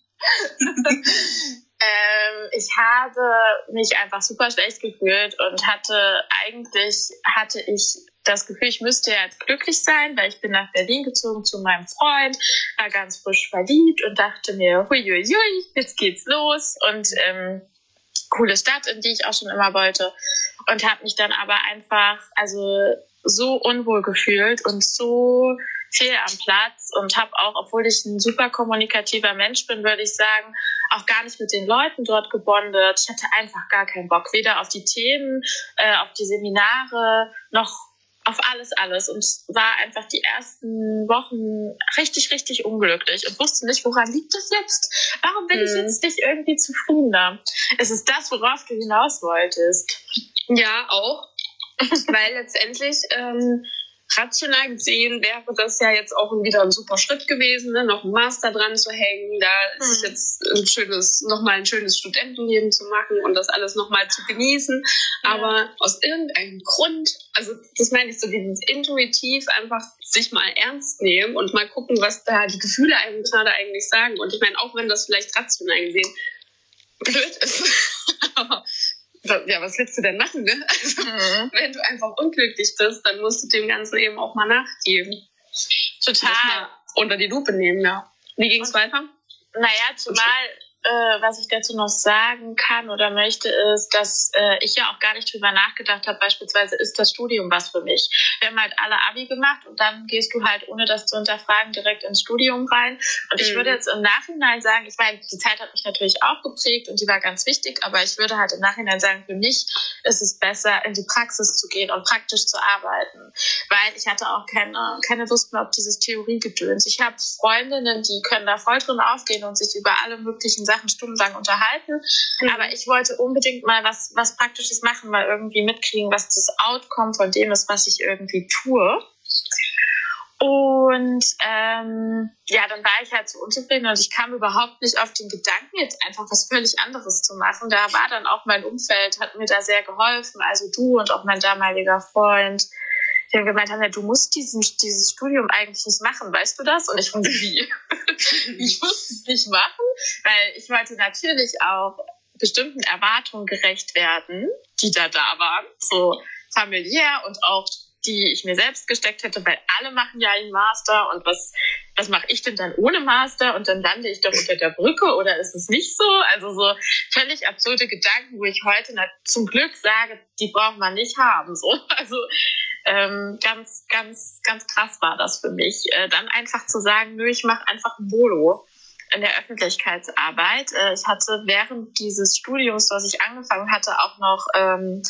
ähm, ich habe mich einfach super schlecht gefühlt und hatte eigentlich, hatte ich das Gefühl, ich müsste jetzt glücklich sein, weil ich bin nach Berlin gezogen zu meinem Freund, war ganz frisch verliebt und dachte mir, huiuiui, jetzt geht's los und ähm, coole Stadt, in die ich auch schon immer wollte und habe mich dann aber einfach also so unwohl gefühlt und so fehl am Platz und habe auch, obwohl ich ein super kommunikativer Mensch bin, würde ich sagen, auch gar nicht mit den Leuten dort gebondet. Ich hatte einfach gar keinen Bock, weder auf die Themen, äh, auf die Seminare, noch auf alles, alles und war einfach die ersten Wochen richtig, richtig unglücklich und wusste nicht, woran liegt das jetzt? Warum bin hm. ich jetzt nicht irgendwie zufriedener? Es ist das, worauf du hinaus wolltest. Ja, auch, weil letztendlich ähm, rational gesehen wäre das ja jetzt auch wieder ein super Schritt gewesen, ne? Noch einen Master dran zu hängen, da hm. sich jetzt ein schönes, nochmal ein schönes Studentenleben zu machen und das alles nochmal zu genießen. Ja. Aber aus irgendeinem Grund, also das meine ich so, dieses intuitiv einfach sich mal ernst nehmen und mal gucken, was da die Gefühle einem gerade eigentlich sagen. Und ich meine, auch wenn das vielleicht rational gesehen blöd ist, aber ja, was willst du denn machen, ne? Also, mhm. wenn du einfach unglücklich bist, dann musst du dem Ganzen eben auch mal nachgeben. Total. Unter die Lupe nehmen, ja. Wie ging es weiter? Naja, zumal, äh, was ich dazu noch sagen kann oder möchte, ist, dass äh, ich ja auch gar nicht drüber nachgedacht habe, beispielsweise, ist das Studium was für mich? Wir haben halt alle Abi gemacht und dann gehst du halt, ohne das zu hinterfragen, direkt ins Studium rein. Und ich mhm. würde jetzt im Nachhinein sagen, ich meine, die Zeit hat mich natürlich auch geprägt und die war ganz wichtig, aber ich würde halt im Nachhinein sagen, für mich ist es besser, in die Praxis zu gehen und praktisch zu arbeiten, weil ich hatte auch keine, keine Lust mehr auf dieses Theoriegedöns. Ich habe Freundinnen, die können da voll drin aufgehen und sich über alle möglichen Sachen stundenlang unterhalten, mhm. aber ich wollte unbedingt mal was, was Praktisches machen, mal irgendwie mitkriegen, was das Outcome von dem ist, was ich irgendwie tue. Und ähm, ja, dann war ich halt so unzufrieden und ich kam überhaupt nicht auf den Gedanken, jetzt einfach was völlig anderes zu machen. Da war dann auch mein Umfeld, hat mir da sehr geholfen, also du und auch mein damaliger Freund, die haben gemeint, ja, du musst diesen, dieses Studium eigentlich nicht machen, weißt du das? Und ich wusste, wie? Ich musste es nicht machen, weil ich wollte natürlich auch bestimmten Erwartungen gerecht werden, die da da waren, so familiär und auch die ich mir selbst gesteckt hätte, weil alle machen ja einen Master und was, was mache ich denn dann ohne Master und dann lande ich doch unter der Brücke oder ist es nicht so? Also so völlig absurde Gedanken, wo ich heute na, zum Glück sage, die braucht man nicht haben. So. Also ähm, ganz, ganz, ganz krass war das für mich. Äh, dann einfach zu sagen, nö, ich mache einfach ein Volo in der Öffentlichkeitsarbeit. Äh, ich hatte während dieses Studiums, was ich angefangen hatte, auch noch ähm,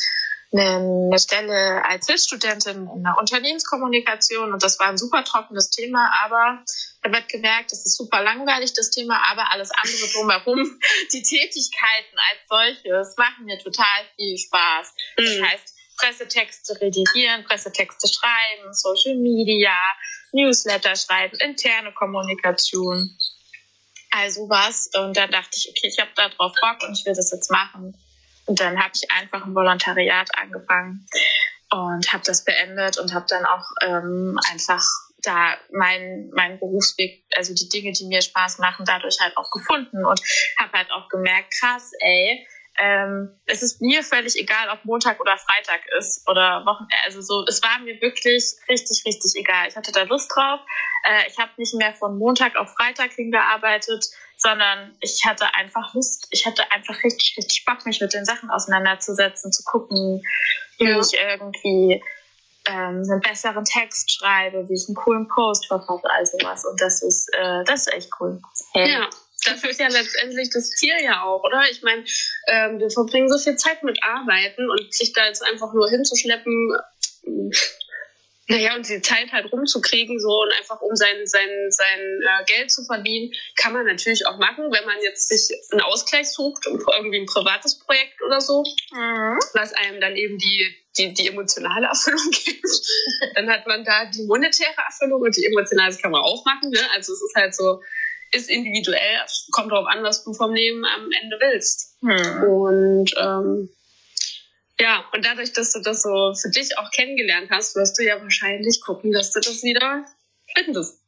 eine Stelle als Hilfsstudentin in der Unternehmenskommunikation und das war ein super trockenes Thema, aber ich habe gemerkt, das ist super langweilig, das Thema, aber alles andere drumherum, die Tätigkeiten als solches machen mir total viel Spaß. Das mhm. heißt, Pressetexte redigieren, Pressetexte schreiben, Social Media, Newsletter schreiben, interne Kommunikation, also was. Und dann dachte ich, okay, ich habe da drauf Bock und ich will das jetzt machen. Und dann habe ich einfach ein Volontariat angefangen und habe das beendet und habe dann auch ähm, einfach da meinen mein Berufsweg, also die Dinge, die mir Spaß machen, dadurch halt auch gefunden und habe halt auch gemerkt, krass, ey, Ähm, es ist mir völlig egal, ob Montag oder Freitag ist oder Wochenende. Also so, es war mir wirklich richtig, richtig egal. Ich hatte da Lust drauf. Äh, ich habe nicht mehr von Montag auf Freitag hingearbeitet, sondern ich hatte einfach Lust. Ich hatte einfach richtig, richtig Bock, mich mit den Sachen auseinanderzusetzen, zu gucken, wie ja. ich irgendwie ähm, einen besseren Text schreibe, wie ich einen coolen Post verfasse, also was. Und das ist, äh, das ist echt cool. Hey. Ja. Das ist ja letztendlich das Ziel ja auch, oder? Ich meine, ähm, wir verbringen so viel Zeit mit Arbeiten und sich da jetzt einfach nur hinzuschleppen, äh, naja, und die Zeit halt rumzukriegen, so und einfach um sein, sein, sein äh, Geld zu verdienen, kann man natürlich auch machen, wenn man jetzt sich einen Ausgleich sucht und irgendwie ein privates Projekt oder so, mhm. was einem dann eben die, die, die emotionale Erfüllung gibt. Dann hat man da die monetäre Erfüllung und die emotionale, das kann man auch machen, ne? Also es ist halt so, ist individuell, kommt darauf an, was du vom Leben am Ende willst. Hm. Und ähm, ja, und dadurch, dass du das so für dich auch kennengelernt hast, wirst du ja wahrscheinlich gucken, dass du das wieder findest.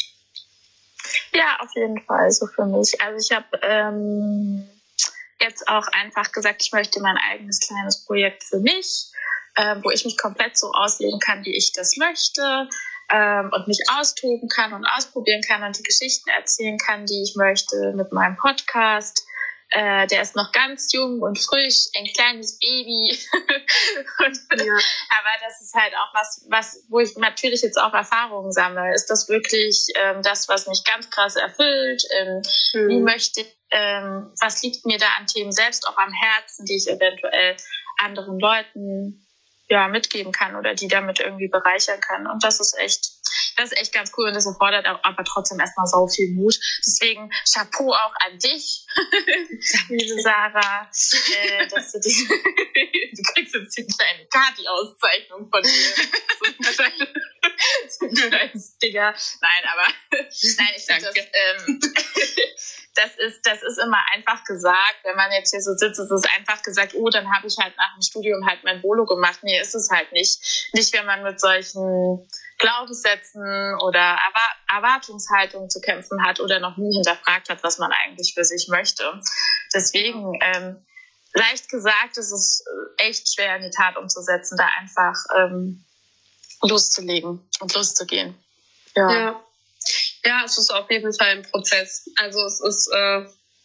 Ja, auf jeden Fall, so für mich. Also ich habe ähm, jetzt auch einfach gesagt, ich möchte mein eigenes kleines Projekt für mich, äh, wo ich mich komplett so ausleben kann, wie ich das möchte. Ähm, und mich austoben kann und ausprobieren kann und die Geschichten erzählen kann, die ich möchte mit meinem Podcast. Äh, der ist noch ganz jung und frisch, ein kleines Baby. und, ja. Aber das ist halt auch was, was, wo ich natürlich jetzt auch Erfahrungen sammle. Ist das wirklich ähm, das, was mich ganz krass erfüllt? Ähm, mhm. Wie möchte ich, ähm, was liegt mir da an Themen selbst auch am Herzen, die ich eventuell anderen Leuten ja, mitgeben kann oder die damit irgendwie bereichern kann. Und das ist echt, das ist echt ganz cool und das erfordert aber trotzdem erstmal so viel Mut. Deswegen Chapeau auch an dich, liebe Sarah, äh, dass du dich, du kriegst jetzt die kleine Kati-Auszeichnung von mir. So ein kleines Digger. Nein, aber, nein, ich finde das, ähm, das ist, das ist immer einfach gesagt, wenn man jetzt hier so sitzt, ist es einfach gesagt, oh, dann habe ich halt nach dem Studium halt mein Volo gemacht. Nee, ist es halt nicht. Nicht, wenn man mit solchen Glaubenssätzen oder Erwartungshaltungen zu kämpfen hat oder noch nie hinterfragt hat, was man eigentlich für sich möchte. Deswegen, ähm, leicht gesagt, ist es echt schwer in die Tat umzusetzen, da einfach ähm, loszulegen und loszugehen. Ja. ja. Ja, es ist auf jeden Fall ein Prozess. Also es ist, äh,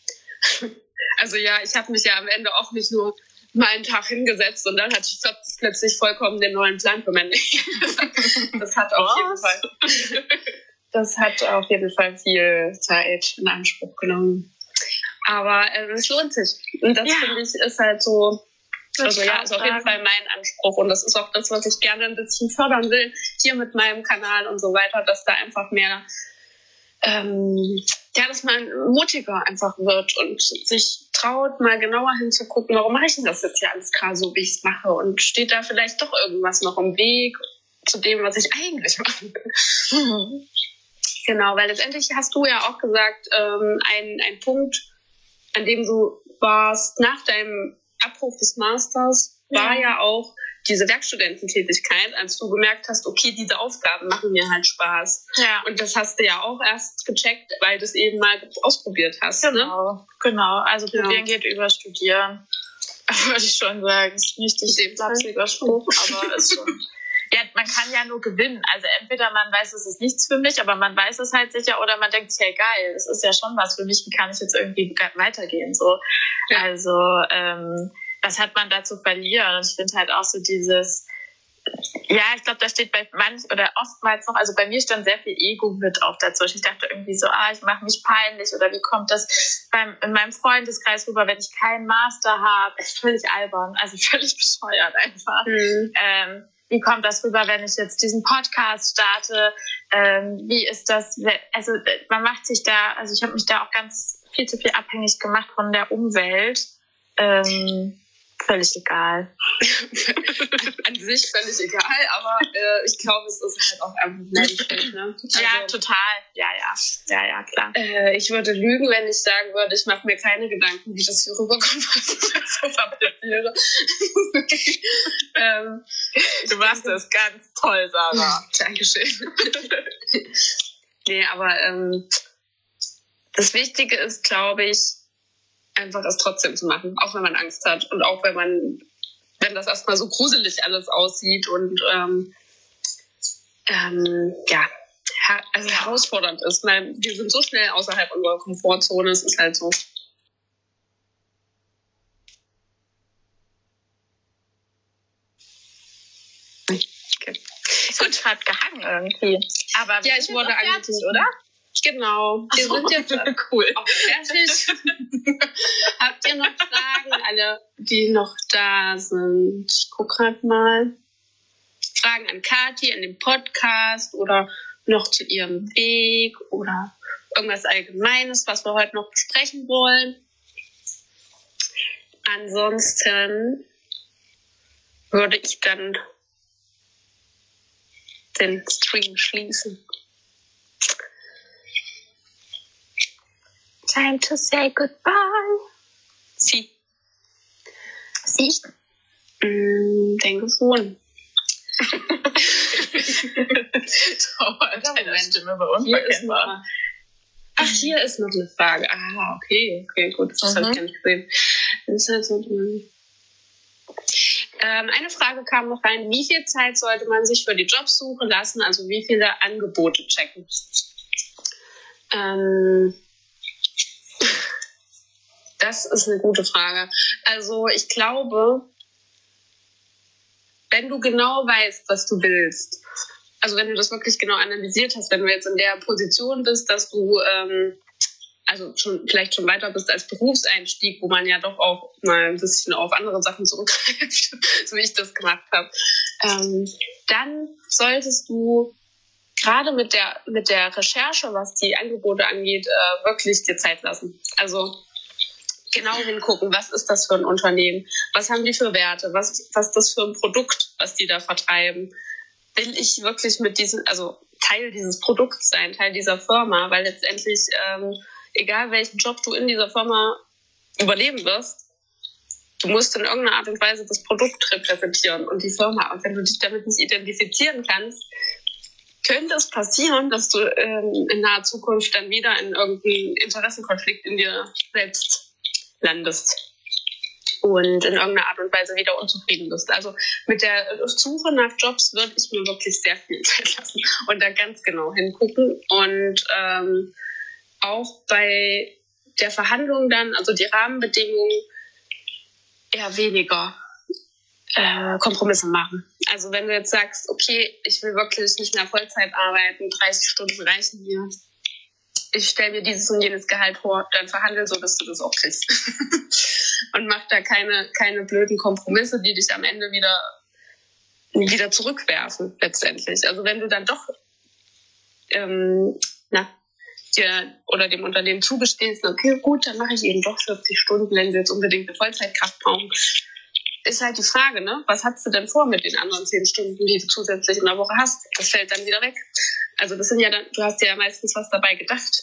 also ja, ich habe mich ja am Ende auch nicht nur mal einen Tag hingesetzt und dann hatte ich plötzlich vollkommen den neuen Plan für mein Leben. Das hat, das hat auf jeden Fall, das hat auf jeden Fall viel Zeit in Anspruch genommen. Aber äh, es lohnt sich. Und das ja. finde ich ist halt so, also ja, ist auf jeden Fall mein Anspruch und das ist auch das, was ich gerne ein bisschen fördern will, hier mit meinem Kanal und so weiter, dass da einfach mehr Ähm, ja, dass man mutiger einfach wird und sich traut, mal genauer hinzugucken, warum mache ich denn das jetzt hier alles gerade so, wie ich es mache und steht da vielleicht doch irgendwas noch im Weg zu dem, was ich eigentlich mache. Mhm. Genau, weil letztendlich hast du ja auch gesagt, ähm, ein, ein Punkt, an dem du warst nach deinem Abbruch des Masters, war ja, ja auch diese Werkstudententätigkeit, als du gemerkt hast, okay, diese Aufgaben machen mir halt Spaß. Ja. Und das hast du ja auch erst gecheckt, weil du es eben mal ausprobiert hast. Genau, ne? genau. Also probieren ja. geht über Studieren. Würde ich schon sagen. Ist nicht der flapsiger Spruch, aber ist schon... Ja, man kann ja nur gewinnen. Also entweder man weiß, es ist nichts für mich, aber man weiß es halt sicher, oder man denkt sich, hey geil, es ist ja schon was für mich, wie kann ich jetzt irgendwie weitergehen? So. Ja. Also ähm, was hat man da zu verlieren? Und ich finde halt auch so dieses, Ja, ich glaube, da steht bei manch oder oftmals noch, also bei mir stand sehr viel Ego mit auch dazu. Ich dachte irgendwie so, ah, ich mache mich peinlich oder wie kommt das beim, in meinem Freundeskreis rüber, wenn ich keinen Master habe? Ist völlig albern, also völlig bescheuert einfach. Mhm. Ähm, wie kommt das rüber, wenn ich jetzt diesen Podcast starte? Ähm, wie ist das? Also man macht sich da, also ich habe mich da auch ganz viel zu viel abhängig gemacht von der Umwelt. Ähm, Völlig egal. An sich völlig egal, aber äh, ich glaube, es ist halt auch einfach menschlich. Ne? Also, ja, total. Ja, ja. Ja, ja, klar. Äh, ich würde lügen, wenn ich sagen würde, ich mache mir keine Gedanken, wie das hier rüberkommt, was ich so fabriziere. ähm, du machst das ganz toll, Sarah. Dankeschön. Nee, aber ähm, das Wichtige ist, glaube ich, einfach es trotzdem zu machen, auch wenn man Angst hat und auch wenn man, wenn das erstmal so gruselig alles aussieht und ähm, ähm, ja, her- also herausfordernd ist, weil wir sind so schnell außerhalb unserer Komfortzone, es ist halt so. Okay. Gut, hat gehangen irgendwie. Aber ja, ich wurde angerufen, oder? Genau, wir so. sind jetzt cool. auch fertig. Habt ihr noch Fragen, alle, die noch da sind? Ich gucke gerade mal. Fragen an Kathi, an den Podcast oder noch zu ihrem Weg oder irgendwas Allgemeines, was wir heute noch besprechen wollen. Ansonsten würde ich dann den Stream schließen. Time to say goodbye. Sie. Sie? Mm, denke schon. Deine Stimme war unverkennbar. Ach, hier ist noch eine Frage. Ah, okay, okay, gut, das mhm. habe ich gar nicht gesehen. Das ist halt so, ähm, eine Frage kam noch rein, wie viel Zeit sollte man sich für die Jobsuche lassen, also wie viele Angebote checken? Ähm, das ist eine gute Frage. Also ich glaube, wenn du genau weißt, was du willst, also wenn du das wirklich genau analysiert hast, wenn du jetzt in der Position bist, dass du ähm, also schon vielleicht schon weiter bist als Berufseinstieg, wo man ja doch auch mal ein bisschen auf andere Sachen zurückgreift, so wie ich das gemacht habe, ähm, dann solltest du gerade mit der mit der Recherche, was die Angebote angeht, äh, wirklich dir Zeit lassen. Also genau hingucken, was ist das für ein Unternehmen, was haben die für Werte, was, was ist das für ein Produkt, was die da vertreiben. Will ich wirklich mit diesem, also Teil dieses Produkts sein, Teil dieser Firma, weil letztendlich, ähm, egal welchen Job du in dieser Firma übernehmen wirst, du musst in irgendeiner Art und Weise das Produkt repräsentieren und die Firma. Und wenn du dich damit nicht identifizieren kannst, könnte es passieren, dass du ähm, in naher Zukunft dann wieder in irgendeinen Interessenkonflikt in dir selbst landest und in irgendeiner Art und Weise wieder unzufrieden bist. Also mit der Suche nach Jobs würde ich mir wirklich sehr viel Zeit lassen und da ganz genau hingucken und ähm, auch bei der Verhandlung dann, also die Rahmenbedingungen, eher weniger äh, Kompromisse machen. Also wenn du jetzt sagst, okay, ich will wirklich nicht mehr Vollzeit arbeiten, dreißig Stunden reichen mir, ich stelle mir dieses und jenes Gehalt vor, dann verhandel so, dass du das auch kriegst. Und mach da keine, keine blöden Kompromisse, die dich am Ende wieder, wieder zurückwerfen, letztendlich. Also wenn du dann doch ähm, na, dir oder dem Unternehmen zugestehst, okay, gut, dann mache ich eben doch vierzig Stunden, wenn sie jetzt unbedingt eine Vollzeitkraft brauchen. Ist halt die Frage, ne? Was hast du denn vor mit den anderen zehn Stunden, die du zusätzlich in der Woche hast? Das fällt dann wieder weg. Also das sind ja dann, du hast ja meistens was dabei gedacht.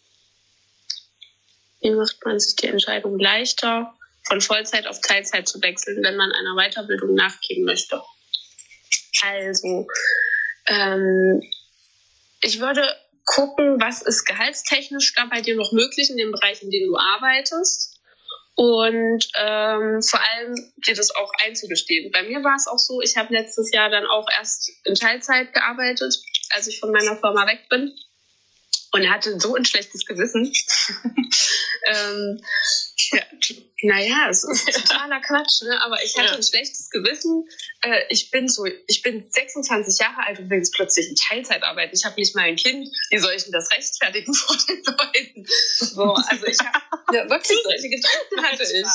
Wie macht man sich die Entscheidung leichter, von Vollzeit auf Teilzeit zu wechseln, wenn man einer Weiterbildung nachgehen möchte? Also, ähm, ich würde gucken, was ist gehaltstechnisch da bei dir noch möglich in dem Bereich, in dem du arbeitest. Und ähm, vor allem dir das auch einzugestehen. Bei mir war es auch so, ich habe letztes Jahr dann auch erst in Teilzeit gearbeitet, als ich von meiner Firma weg bin und hatte so ein schlechtes Gewissen, ähm, ja, naja, es ist totaler Quatsch, ne? Aber ich hatte Ja. ein schlechtes Gewissen. Äh, ich bin so, ich bin sechsundzwanzig Jahre alt und will jetzt plötzlich in Teilzeit arbeiten. Ich habe nicht mal ein Kind. Wie soll ich denn das rechtfertigen vor den Leuten? So, also ich habe ja, wirklich solche Gedanken hatte ich.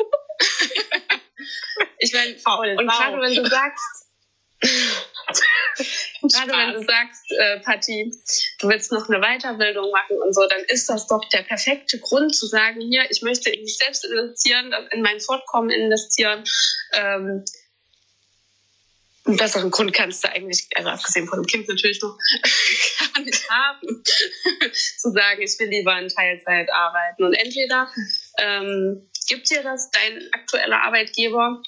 Ich meine, Faul, und Sau. gerade wenn du sagst, gerade wenn du sagst, äh, Patti, du willst noch eine Weiterbildung machen und so, dann ist das doch der perfekte Grund zu sagen, hier, ich möchte in mich selbst investieren, in mein Fortkommen investieren. Ähm, einen besseren Grund kannst du eigentlich, also abgesehen von dem Kind natürlich noch, gar nicht haben, zu sagen, ich will lieber in Teilzeit arbeiten. Und entweder ähm, gibt dir das dein aktueller Arbeitgeber,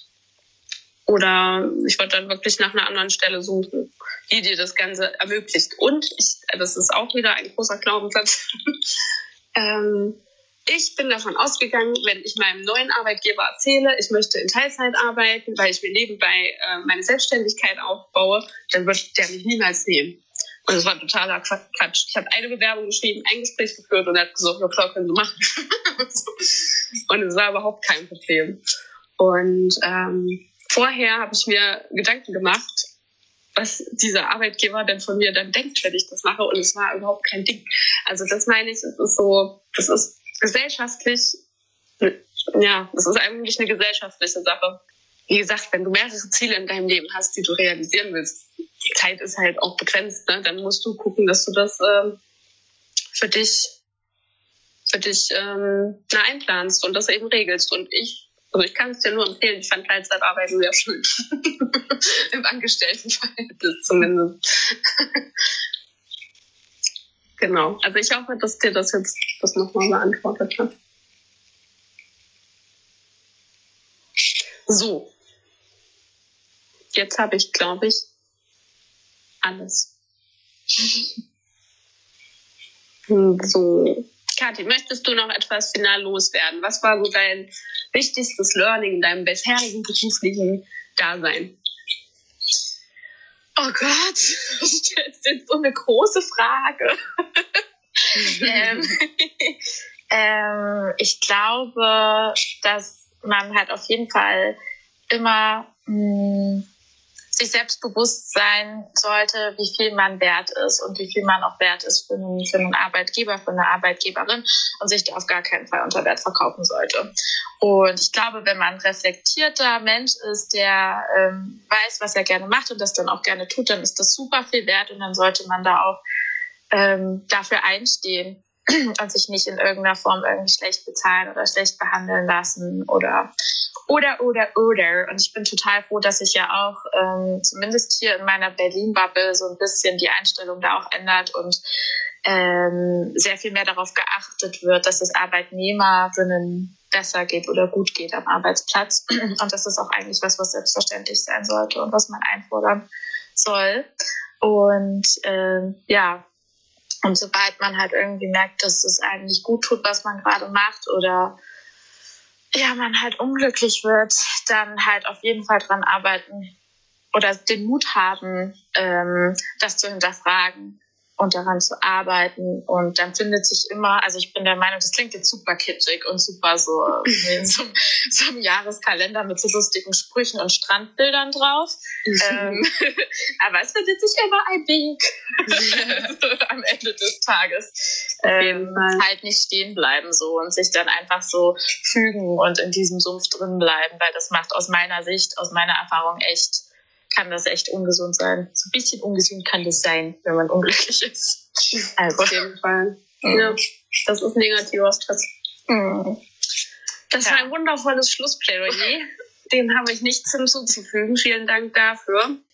oder ich würde dann wirklich nach einer anderen Stelle suchen, die dir das Ganze ermöglicht. Und ich, das ist auch wieder ein großer Glaubenssatz. ähm, ich bin davon ausgegangen, wenn ich meinem neuen Arbeitgeber erzähle, ich möchte in Teilzeit arbeiten, weil ich mir nebenbei äh, meine Selbstständigkeit aufbaue, dann wird der mich niemals nehmen. Und das war totaler Quatsch. Ich habe eine Bewerbung geschrieben, ein Gespräch geführt und er hat gesagt, ja klar, können Sie machen. Und es war überhaupt kein Problem. Und ähm, vorher habe ich mir Gedanken gemacht, was dieser Arbeitgeber denn von mir dann denkt, wenn ich das mache. Und es war überhaupt kein Ding. Also das meine ich, es ist so, das ist gesellschaftlich, ja, das ist eigentlich eine gesellschaftliche Sache. Wie gesagt, wenn du mehrere Ziele in deinem Leben hast, die du realisieren willst, die Zeit ist halt auch begrenzt, ne? Dann musst du gucken, dass du das ähm, für dich, für dich ähm, na, einplanst und das eben regelst. Und ich Also ich kann es dir nur empfehlen, ich fand Teilzeitarbeiten sehr schön. Im Angestelltenverhältnis zumindest. Genau. Also ich hoffe, dass dir das jetzt das nochmal beantwortet hat. So. Jetzt habe ich, glaube ich, alles. So. Kathi, möchtest du noch etwas final loswerden? Was war so dein wichtigstes Learning in deinem bisherigen beruflichen Dasein? Oh Gott, du stellst jetzt so eine große Frage. ähm, ähm, ich glaube, dass man halt auf jeden Fall immer mh, sich selbstbewusst sein sollte, wie viel man wert ist und wie viel man auch wert ist für einen, für einen Arbeitgeber, für eine Arbeitgeberin und sich da auf gar keinen Fall unter Wert verkaufen sollte. Und ich glaube, wenn man ein reflektierter Mensch ist, der ähm, weiß, was er gerne macht und das dann auch gerne tut, dann ist das super viel wert und dann sollte man da auch ähm, dafür einstehen und sich nicht in irgendeiner Form irgendwie schlecht bezahlen oder schlecht behandeln lassen oder oder, oder, oder. Und ich bin total froh, dass sich ja auch ähm, zumindest hier in meiner Berlin-Bubble so ein bisschen die Einstellung da auch ändert und ähm, sehr viel mehr darauf geachtet wird, dass es Arbeitnehmerinnen besser geht oder gut geht am Arbeitsplatz. Und das ist auch eigentlich was, was selbstverständlich sein sollte und was man einfordern soll. Und ähm, ja, und sobald man halt irgendwie merkt, dass es eigentlich gut tut, was man gerade macht oder ja, man halt unglücklich wird, dann halt auf jeden Fall dran arbeiten oder den Mut haben, ähm, das zu hinterfragen und daran zu arbeiten. Und dann findet sich immer, also ich bin der Meinung, das klingt jetzt super kitschig und super so in so, so einem Jahreskalender mit so lustigen Sprüchen und Strandbildern drauf. ähm, aber es findet sich immer ein Weg am Ende des Tages. Ähm, halt nicht stehen bleiben so und sich dann einfach so fügen und in diesem Sumpf drin bleiben, weil das macht aus meiner Sicht, aus meiner Erfahrung echt, kann das echt ungesund sein. So ein bisschen ungesund kann das sein, wenn man unglücklich ist. Also. Auf jeden Fall. Mhm. Ja, das ist negativer Stress. Mhm. Das ja. war ein wundervolles Schlussplädoyer. Dem habe ich nichts hinzuzufügen. Vielen Dank dafür.